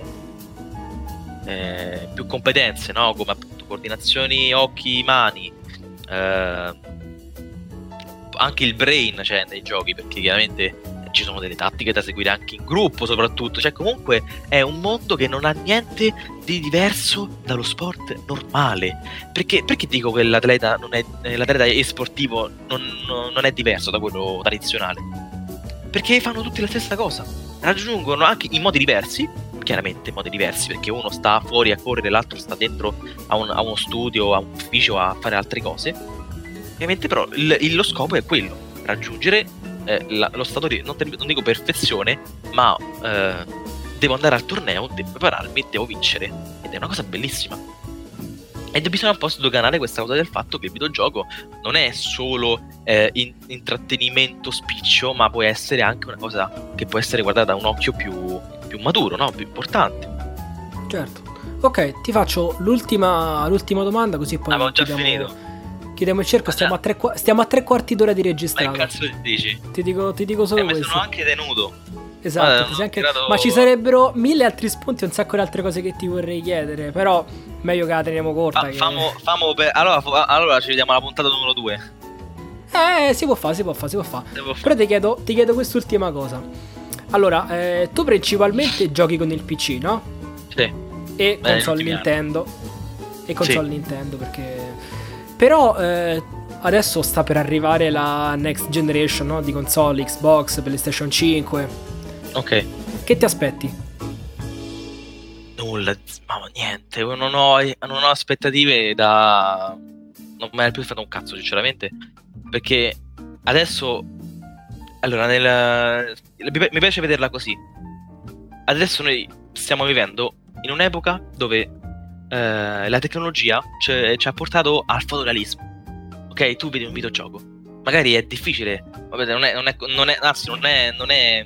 eh, più competenze, no? Come appunto coordinazioni occhi, mani, eh, anche il brain c'è cioè, nei giochi, perché chiaramente ci sono delle tattiche da seguire anche in gruppo, soprattutto. Cioè comunque è un mondo che non ha niente di diverso dallo sport normale. Perché, perché dico che l'atleta non è l'atleta esportivo non, non è diverso da quello tradizionale? Perché fanno tutti la stessa cosa, raggiungono anche in modi diversi, chiaramente in modi diversi, perché uno sta fuori a correre, l'altro sta dentro a, un, a uno studio, a un ufficio a fare altre cose. Ovviamente però il, il, lo scopo è quello, raggiungere eh, la, lo stato di, non, non dico perfezione, ma eh, devo andare al torneo, devo prepararmi, devo vincere, ed è una cosa bellissima. E bisogna un po' sdoganare questa cosa del fatto che il videogioco non è solo eh, in, intrattenimento spiccio, ma può essere anche una cosa che può essere guardata da un occhio più, più maturo, no? Più importante. Certo. Ok, ti faccio l'ultima, l'ultima domanda, così poi avevo già chiudiamo, finito. Chiudiamo il cerco. Stiamo a, tre, stiamo a tre quarti d'ora di registrato. Ma che cazzo dici? Ti dico, ti dico solo eh, ma questo. sono anche tenuto. Esatto, Guarda, ti sei non ho anche- tirato- ma ci sarebbero mille altri spunti e un sacco di altre cose che ti vorrei chiedere, però meglio che la teniamo corta. Fa- che- famo, famo per... allora, fa- allora ci vediamo alla puntata numero due. Eh, si può fare, si può fare, si può fare. Devo fa- Però ti chiedo, ti chiedo quest'ultima cosa. Allora, eh, tu principalmente giochi con il P C, no? Sì. E Beh, console negli ultimi Nintendo. E console Sì. Nintendo, perché... Però eh, adesso sta per arrivare la next generation, no? Di console, Xbox, PlayStation cinque. Ok. Che ti aspetti? Nulla, ma niente, non ho, non ho aspettative da... Non mi è più fatto un cazzo, sinceramente, perché adesso... Allora, nel... mi mi piace vederla così. Adesso noi stiamo vivendo in un'epoca dove eh, la tecnologia ci, ci ha portato al fotorealismo. Ok, tu vedi un videogioco, magari è difficile, vabbè, non è, non è, non è anzi, non è... Non è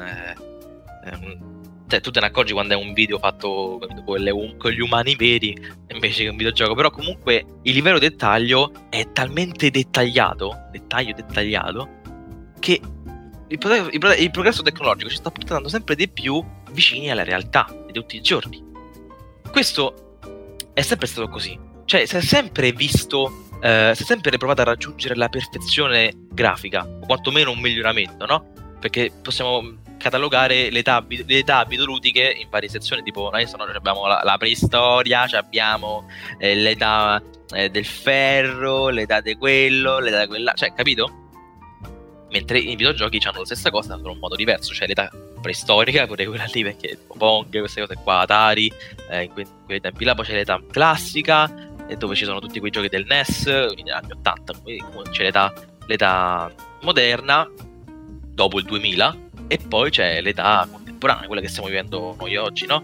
eh, ehm, cioè, tu te ne accorgi quando è un video fatto capito, con, le, um- con gli umani veri invece che un videogioco. Però comunque il livello dettaglio è talmente dettagliato, dettaglio dettagliato, che il, pro- il pro- il progresso tecnologico ci sta portando sempre di più vicini alla realtà di tutti i giorni. Questo è sempre stato così. Cioè, si è sempre visto, eh, si è sempre provato a raggiungere la perfezione grafica, o quantomeno un miglioramento, no? Perché possiamo catalogare le età, vi- le età videoludiche in varie sezioni, tipo noi sono- abbiamo la, la preistoria, ci abbiamo eh, l'età eh, del ferro, l'età di quello, l'età di quella, cioè, capito? Mentre i videogiochi hanno la stessa cosa, solo in un modo diverso, cioè l'età preistorica, pure quella lì, perché tipo Pong, queste cose qua, Atari, eh, in que- in quei tempi là, poi c'è l'età classica, eh, dove ci sono tutti quei giochi del N E S, quindi negli anni ottanta, quindi c'è l'età, l'età moderna, dopo il duemila, e poi c'è l'età contemporanea, quella che stiamo vivendo noi oggi, no?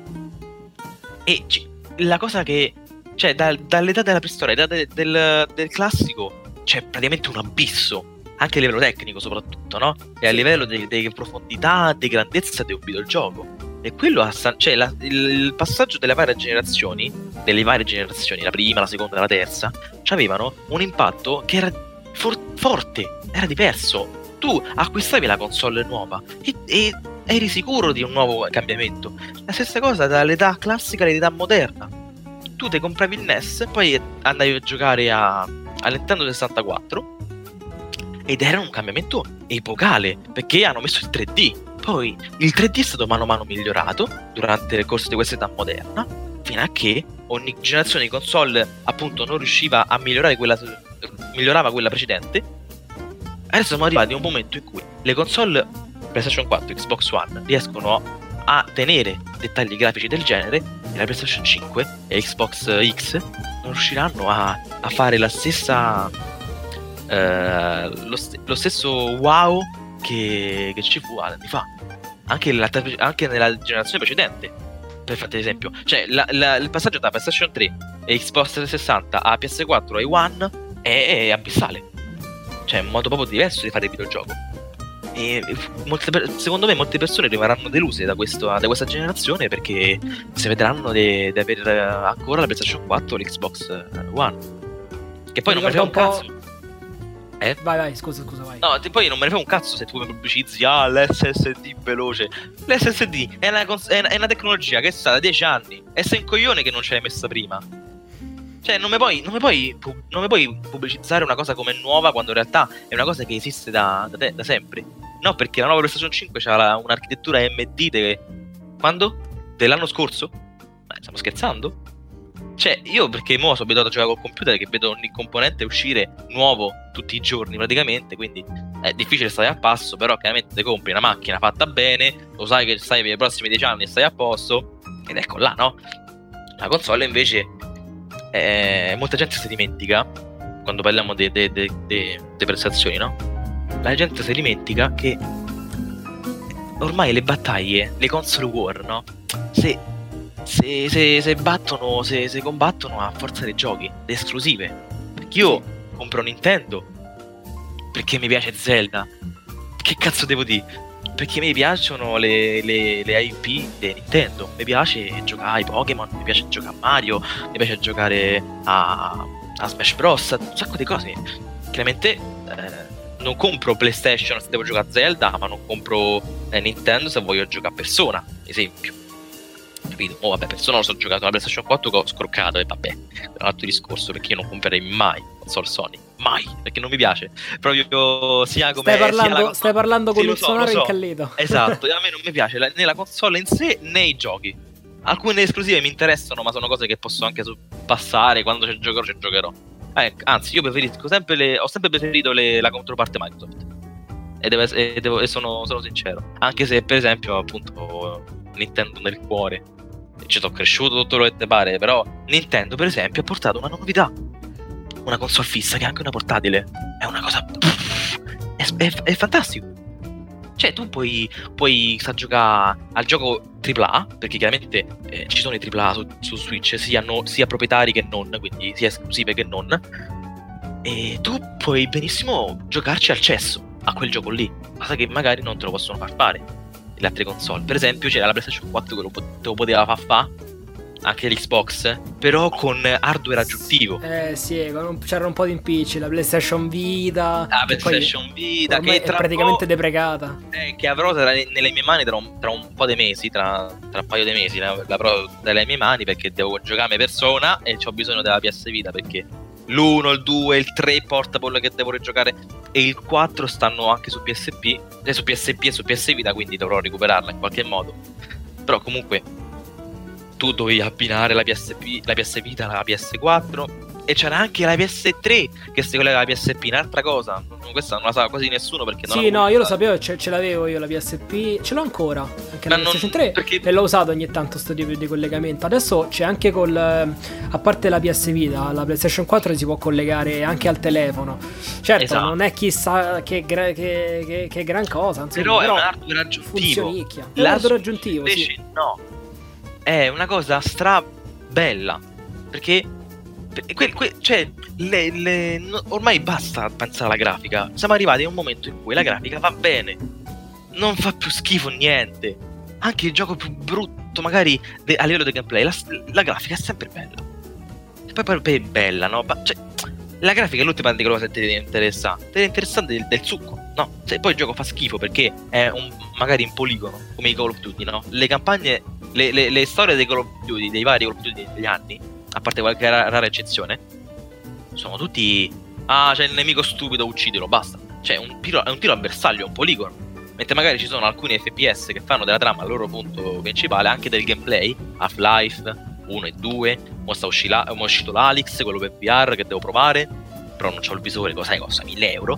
E ci- la cosa che, cioè, da- dall'età della preistoria, all'età de- del, del classico, c'è praticamente un abisso, anche a livello tecnico soprattutto, no? E a Sì. livello di, di profondità, di grandezza di un videogioco. E quello ha, sa- cioè la- il, il passaggio delle varie generazioni, delle varie generazioni, la prima, la seconda e la terza, avevano un impatto che era for- forte, era diverso. Tu acquistavi la console nuova e, e eri sicuro di un nuovo cambiamento. La stessa cosa dall'età classica all'età moderna. Tu ti compravi il N E S, poi andavi a giocare a, a Nintendo sessantaquattro ed era un cambiamento epocale, perché hanno messo il tre D. Poi il tre D è stato mano a mano migliorato durante il corso di questa età moderna, fino a che ogni generazione di console appunto non riusciva a migliorare quella, migliorava quella precedente. Adesso siamo arrivati a un momento in cui le console PlayStation quattro, Xbox One riescono a tenere dettagli grafici del genere, e la PlayStation cinque e Xbox X non riusciranno a, a fare la stessa eh, lo, st- lo stesso wow che, che ci fu anni fa, anche, la, anche nella generazione precedente. Per farti esempio, cioè la, la, il passaggio da PlayStation tre e Xbox trecentosessanta a P S quattro e One è, è abissale. Cioè è un modo proprio diverso di fare il videogioco. E molte, secondo me molte persone rimarranno deluse da, questo, da questa generazione, perché si vedranno di avere ancora la PlayStation quattro o l'Xbox One, che poi Mi non me ne frega un ricorda un cazzo. Eh? Vai, vai, scusa, scusa, vai. No, te- poi non me ne frega un cazzo se tu mi pubblicizzi ah, l'S S D veloce. L'S S D è una, cons- è una, è una tecnologia che sta da dieci anni e sei un coglione che non ce l'hai messa prima. Cioè non mi puoi, non mi puoi, pu- non mi puoi pubblicizzare una cosa come nuova quando in realtà è una cosa che esiste da, da, te- da sempre. No, perché la nuova PlayStation cinque c'ha la- un'architettura A M D de... quando? Dell'anno scorso? Ma stiamo scherzando? Cioè, io perché mo sono abituato a giocare col computer, che vedo ogni componente uscire nuovo tutti i giorni praticamente, quindi è difficile stare a passo, però chiaramente ti compri una macchina fatta bene, lo sai che stai per i prossimi dieci anni e stai a posto, ed ecco là, no? La console invece, eh, molta gente si dimentica, quando parliamo delle de, de, de, de prestazioni, no? La gente si dimentica che ormai le battaglie, le console war, no? Se... Se, se, se battono, se, se combattono a forza dei giochi, le esclusive. Perché io compro Nintendo perché mi piace Zelda. Che cazzo devo dire? Perché mi piacciono le, le, le I P di Nintendo. Mi piace giocare ai Pokémon, mi piace giocare a Mario, mi piace giocare a, a Smash Bros. Un sacco di cose. Chiaramente eh, non compro PlayStation se devo giocare a Zelda, ma non compro eh, Nintendo se voglio giocare a Persona, esempio. Capito? Oh vabbè, Persona lo so giocato alla PlayStation quattro che ho scroccato e vabbè, è un altro discorso, perché io non comprerei mai console Sony, mai, perché non mi piace proprio sia come stai parlando, sia la... stai parlando con sì, il so, sonoro so. incallito. Esatto, a me non mi piace la, né la console in sé né i giochi. Alcune esclusive mi interessano, ma sono cose che posso anche passare, quando ci giocherò ci giocherò. Eh, anzi, io preferisco sempre le, ho sempre preferito le, la controparte Microsoft. E, devo, e, devo, e sono, sono sincero. Anche se, per esempio, appunto, Nintendo nel cuore, ci sono cresciuto tutto quello che te pare, però Nintendo, per esempio, ha portato una novità. Una console fissa che è anche una portatile. È una cosa... È, è, è fantastico. Cioè, tu puoi, puoi sta giocare al gioco tripla A, perché chiaramente eh, ci sono i tripla A su, su Switch, sia, no, sia proprietari che non, quindi sia esclusive che non. E tu puoi benissimo giocarci al cesso a quel gioco lì, cosa che magari non te lo possono far fare le altre console. Per esempio c'era la PlayStation quattro che lo, te lo poteva far fare, anche l'Xbox, però con hardware aggiuntivo. Eh sì, con un, c'era un po' di impicci, la PlayStation Vita. La PlayStation Vita che è praticamente deprecata. Eh, che avrò tra, nelle mie mani tra un, tra un po' di mesi, tra, tra un paio di mesi, l'avrò nelle mie mani perché devo giocarmi Persona e ho bisogno della P S Vita perché l'uno, il due, il tre portable che devo rigiocare e il quattro stanno anche su P S P, eh, su P S P e su P S Vita, quindi dovrò recuperarla in qualche modo. Però comunque tu dovevi abbinare la P S P, la P S Vita alla P S quattro e c'era anche la P S tre che si collega alla P S P, un'altra cosa. Questa non la sa quasi nessuno perché non sì, no, io lo sapevo, ce, ce l'avevo io la P S P, ce l'ho ancora anche la PlayStation tre perché... e l'ho usato ogni tanto sto tipo di collegamento. Adesso c'è anche col, a parte la P S Vita, la PlayStation quattro si può collegare anche al telefono. Certo, esatto. Non è chissà che, che, che, che gran cosa, insomma, però, però è un hardware aggiuntivo. È un hardware aggiuntivo, invece sì. No, è una cosa stra bella perché Que, que, cioè, le, le, no, ormai basta pensare alla grafica. Siamo arrivati a un momento in cui la grafica va bene, non fa più schifo niente. Anche il gioco più brutto, magari de, a livello di gameplay, la, la grafica è sempre bella. E poi, poi, poi è bella, no? Ma, cioè, la grafica è l'ultima di cosa che ti interessante. Ti è interessante del, del succo, no? Se poi il gioco fa schifo perché è un, magari in poligono, come i Call of Duty, no? Le campagne, le, le, le storie dei Call of Duty, dei vari Call of Duty degli anni, a parte qualche rara eccezione, sono tutti ah c'è il nemico stupido, uccidilo, basta. Cioè un tiro, è un tiro a bersaglio, un poligono. Mentre magari ci sono alcuni F P S che fanno della trama il loro punto principale, anche del gameplay. Half-Life uno e due, mo sta usci la, mo è uscito l'Alyx, quello per V R che devo provare, però non c'ho il visore, cosa sai, costa mille euro.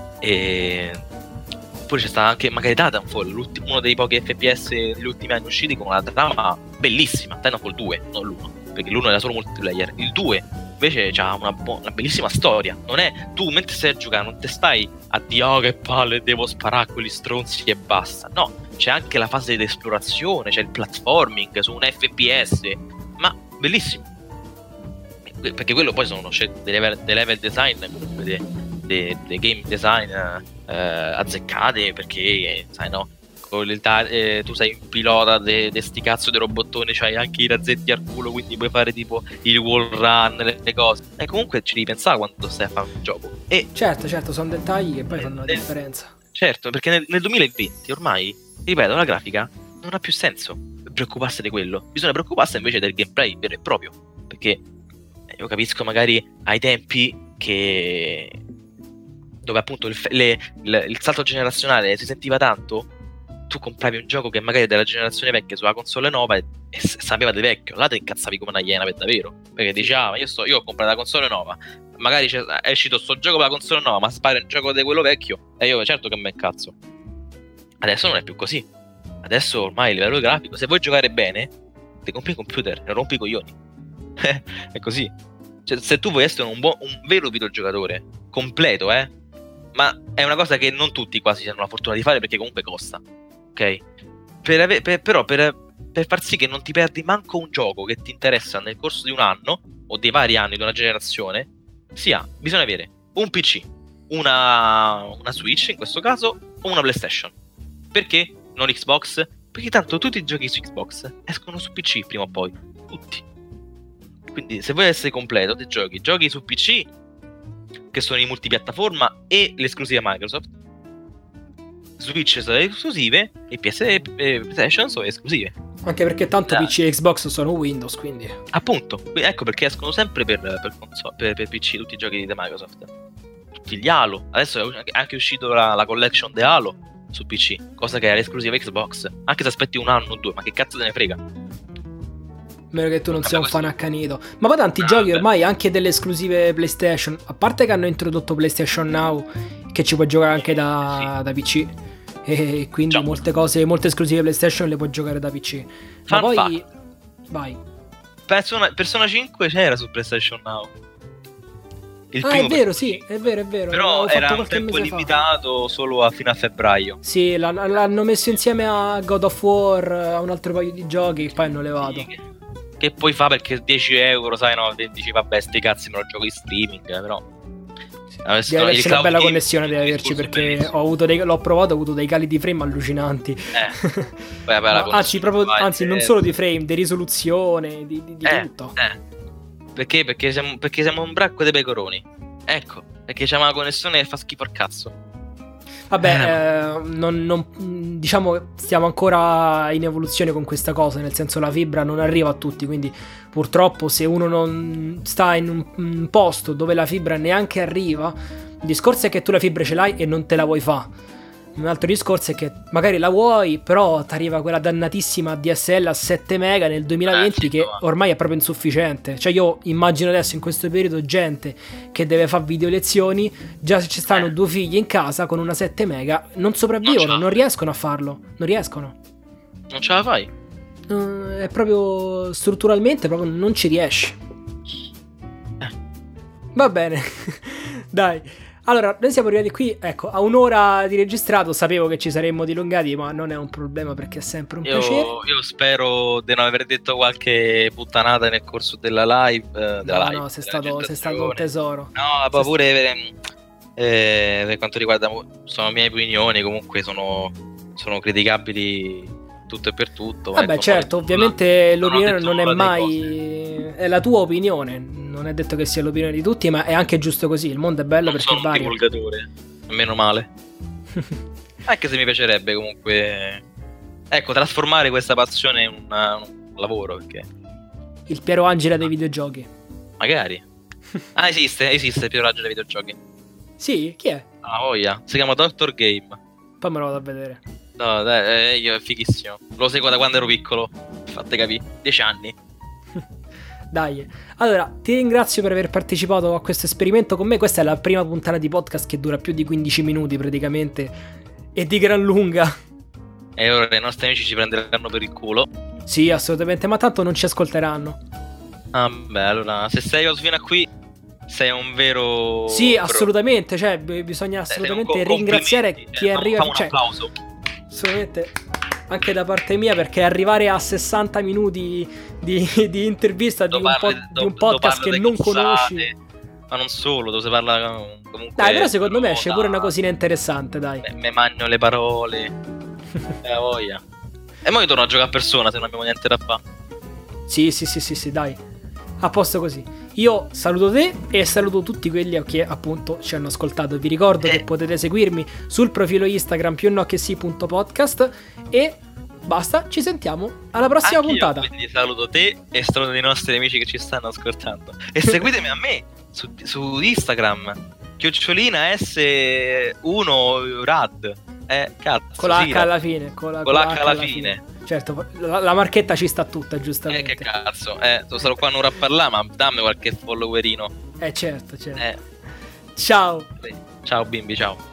E poi c'è sta anche magari Titanfall, uno dei pochi F P S degli ultimi anni usciti con una trama bellissima. Titanfall due, non l'uno, perché l'uno era solo multiplayer. Il due invece c'ha una, bu- una bellissima storia. Non è tu mentre stai a giocare, non te stai a dire oh che palle, devo sparare a quelli stronzi e basta. No, c'è anche la fase di esplorazione, c'è il platforming su un F P S, ma bellissimo. Perché quello poi sono scelte dei level, dei level design, comunque dei, dei, dei game design eh, azzeccate, perché sai no, con il ta- eh, tu sei un pilota de, de sti cazzo di robottoni, c'hai anche i razzetti al culo, quindi puoi fare tipo il wall run, le, le cose. E comunque ci devi pensare quando stai a fare un gioco. E certo, certo, sono dettagli che poi fanno la nel, differenza. Certo, perché nel, nel duemilaventi ormai, ripeto, la grafica non ha più senso preoccuparsi di quello. Bisogna preoccuparsi invece del gameplay vero e proprio, perché io capisco magari ai tempi che dove appunto il, le, il, il salto generazionale si sentiva tanto, tu compravi un gioco che magari della generazione vecchia sulla console nuova e, e sapeva di vecchio, là ti incazzavi come una iena per davvero, perché dici ah ma io, sto, io ho comprato la console nuova, magari è uscito sto gioco per la console nuova ma spara un gioco di quello vecchio e io certo che me incazzo. Adesso non è più così, adesso ormai il livello grafico, se vuoi giocare bene ti compri il computer e rompi i coglioni. È così. Cioè, se tu vuoi essere un, buon, un vero videogiocatore completo, eh, ma è una cosa che non tutti quasi hanno la fortuna di fare perché comunque costa, ok? Per ave- per, però per, per far sì che non ti perdi manco un gioco che ti interessa nel corso di un anno o dei vari anni di una generazione, sia bisogna avere un P C, una, una Switch in questo caso o una PlayStation. Perché non Xbox? Perché tanto tutti i giochi su Xbox escono su P C prima o poi, tutti. Quindi se vuoi essere completo ti giochi giochi su P C che sono i multipiattaforma e le esclusive Microsoft. Switch sono le esclusive e P S e PlayStation sono le esclusive. Anche perché tanto Ah. P C e Xbox sono Windows, quindi Appunto, ecco perché escono sempre per, per, console, per, per P C tutti i giochi di Microsoft. Tutti gli Halo. Adesso è anche uscito la, la collection di Halo su P C, cosa che è l'esclusiva Xbox. Anche se aspetti un anno o due, ma che cazzo te ne frega? meno che tu non Vabbè, sia un questo- fan accanito. Ma poi tanti Ah, giochi beh. ormai, anche delle esclusive PlayStation, a parte che hanno introdotto PlayStation Now, che ci puoi giocare anche da, Sì. da P C, e quindi Già. molte cose, molte esclusive PlayStation le puoi giocare da P C. Ma Fun poi fact. vai. Persona, Persona cinque c'era su PlayStation Now. Il Ah, è primo vero, Persona sì, cinque. è vero, è vero. Però l'avevo fatto era un qualche tempo mese fa. limitato solo a fino a febbraio. Sì, l'han- l'hanno messo insieme a God of War, a un altro paio di giochi, poi hanno levato. Sì, che, che poi fa perché dieci euro, sai, no? E dici vabbè, sti cazzi, me lo gioco in streaming, eh, però. Adesso Devi il averci una cloud bella gaming connessione, è un devi averci, discorso perché bellissimo. ho avuto dei, l'ho provato, ho avuto dei cali di frame allucinanti. Eh, poi vabbè, la Ma anzi, connessione proprio, vai, anzi, non eh, solo di frame, di risoluzione, di, di- di eh, tutto. eh. Perché? Perché siamo, perché siamo un bracco dei pecoroni. Ecco, perché c'è una connessione che fa schifo al cazzo. Vabbè, Eh. eh, non, non- diciamo, stiamo ancora in evoluzione con questa cosa, nel senso la fibra non arriva a tutti, quindi purtroppo se uno non sta in un, un posto dove la fibra neanche arriva, il discorso è che tu la fibra ce l'hai e non te la vuoi fa. Un altro discorso è che magari la vuoi, però ti arriva quella dannatissima D S L a sette mega nel duemilaventi Eh, sì, che no. ormai è proprio insufficiente. Cioè io immagino adesso in questo periodo gente che deve fare video lezioni, già se ci stanno Eh. due figli in casa con una sette mega, non sopravvivono, Non ce la non fai. riescono a farlo, non riescono. Non ce la fai? No, è proprio strutturalmente proprio non ci riesci. Eh. Va bene. Dai. Allora, noi siamo arrivati qui, ecco, a un'ora di registrato, sapevo che ci saremmo dilungati, ma non è un problema perché è sempre un Io, piacere. io spero di non aver detto qualche puttanata nel corso della live. eh, della No, live no, sei della stato, sei stato un registrazione. tesoro. No, Sei poi pure eh, per quanto riguarda sono mie opinioni, comunque sono, sono criticabili tutto e per tutto. Vabbè, ecco, certo, non- ovviamente non ho l'opinione detto non è nulla delle cose. mai... è la tua opinione, non è detto che sia l'opinione di tutti, ma è anche giusto così, il mondo è bello Non perché sono un varia. divulgatore, meno male. Anche se mi piacerebbe comunque, ecco, trasformare questa passione in una- un lavoro, perché Il Piero Angela dei videogiochi. magari. Ah, esiste, esiste il Piero dei videogiochi. Sì, chi è? Ah, voglia. Si chiama Doctor Game. Poi me lo vado a vedere. No, dai, eh, io è fighissimo. Lo seguo da quando ero piccolo. Fate capire. Dieci anni. Dai, allora ti ringrazio per aver partecipato a questo esperimento con me. Questa è la prima puntata di podcast che dura più di quindici minuti praticamente e di gran lunga. E ora i nostri amici ci prenderanno per il culo. Sì, assolutamente, ma tanto non ci ascolteranno. Ah, beh, allora, se sei arrivato fino a qui, sei un vero. Sì, pro. assolutamente, cioè b- bisogna Sei- sei un assolutamente co- ringraziare complimenti. chi Eh, arriva, fa un cioè, applauso. assolutamente anche da parte mia, perché arrivare a sessanta minuti di, di intervista di un, Dove po- parli- di un dove- dove podcast parlo che di non cazzate, conosci. Ma non solo, dove si parla comunque. Dai, però secondo me no, esce da- pure una cosina interessante, dai. Me, me magno le parole. Eh, voglia. E poi torno a giocare a persona se non abbiamo niente da fare. Sì, sì, sì, sì, sì, dai. A posto così. Io saluto te e saluto tutti quelli che appunto ci hanno ascoltato. Vi ricordo Eh. che potete seguirmi sul profilo Instagram più no che sì punto podcast e basta, ci sentiamo alla prossima Anch'io, puntata. quindi saluto te e saluto i nostri amici che ci stanno ascoltando. E seguitemi a me su, su Instagram. Chiocciolina S uno Rad. Eh, cazzo. Con la sì, H alla fine. Con la, Con l'H alla fine. Certo, la, la marchetta ci sta tutta, Eh, giustamente. che cazzo. Eh, sarò qua un'ora a parlare, ma dammi qualche followerino. Eh, certo, certo. Eh, Ciao. ciao bimbi, ciao.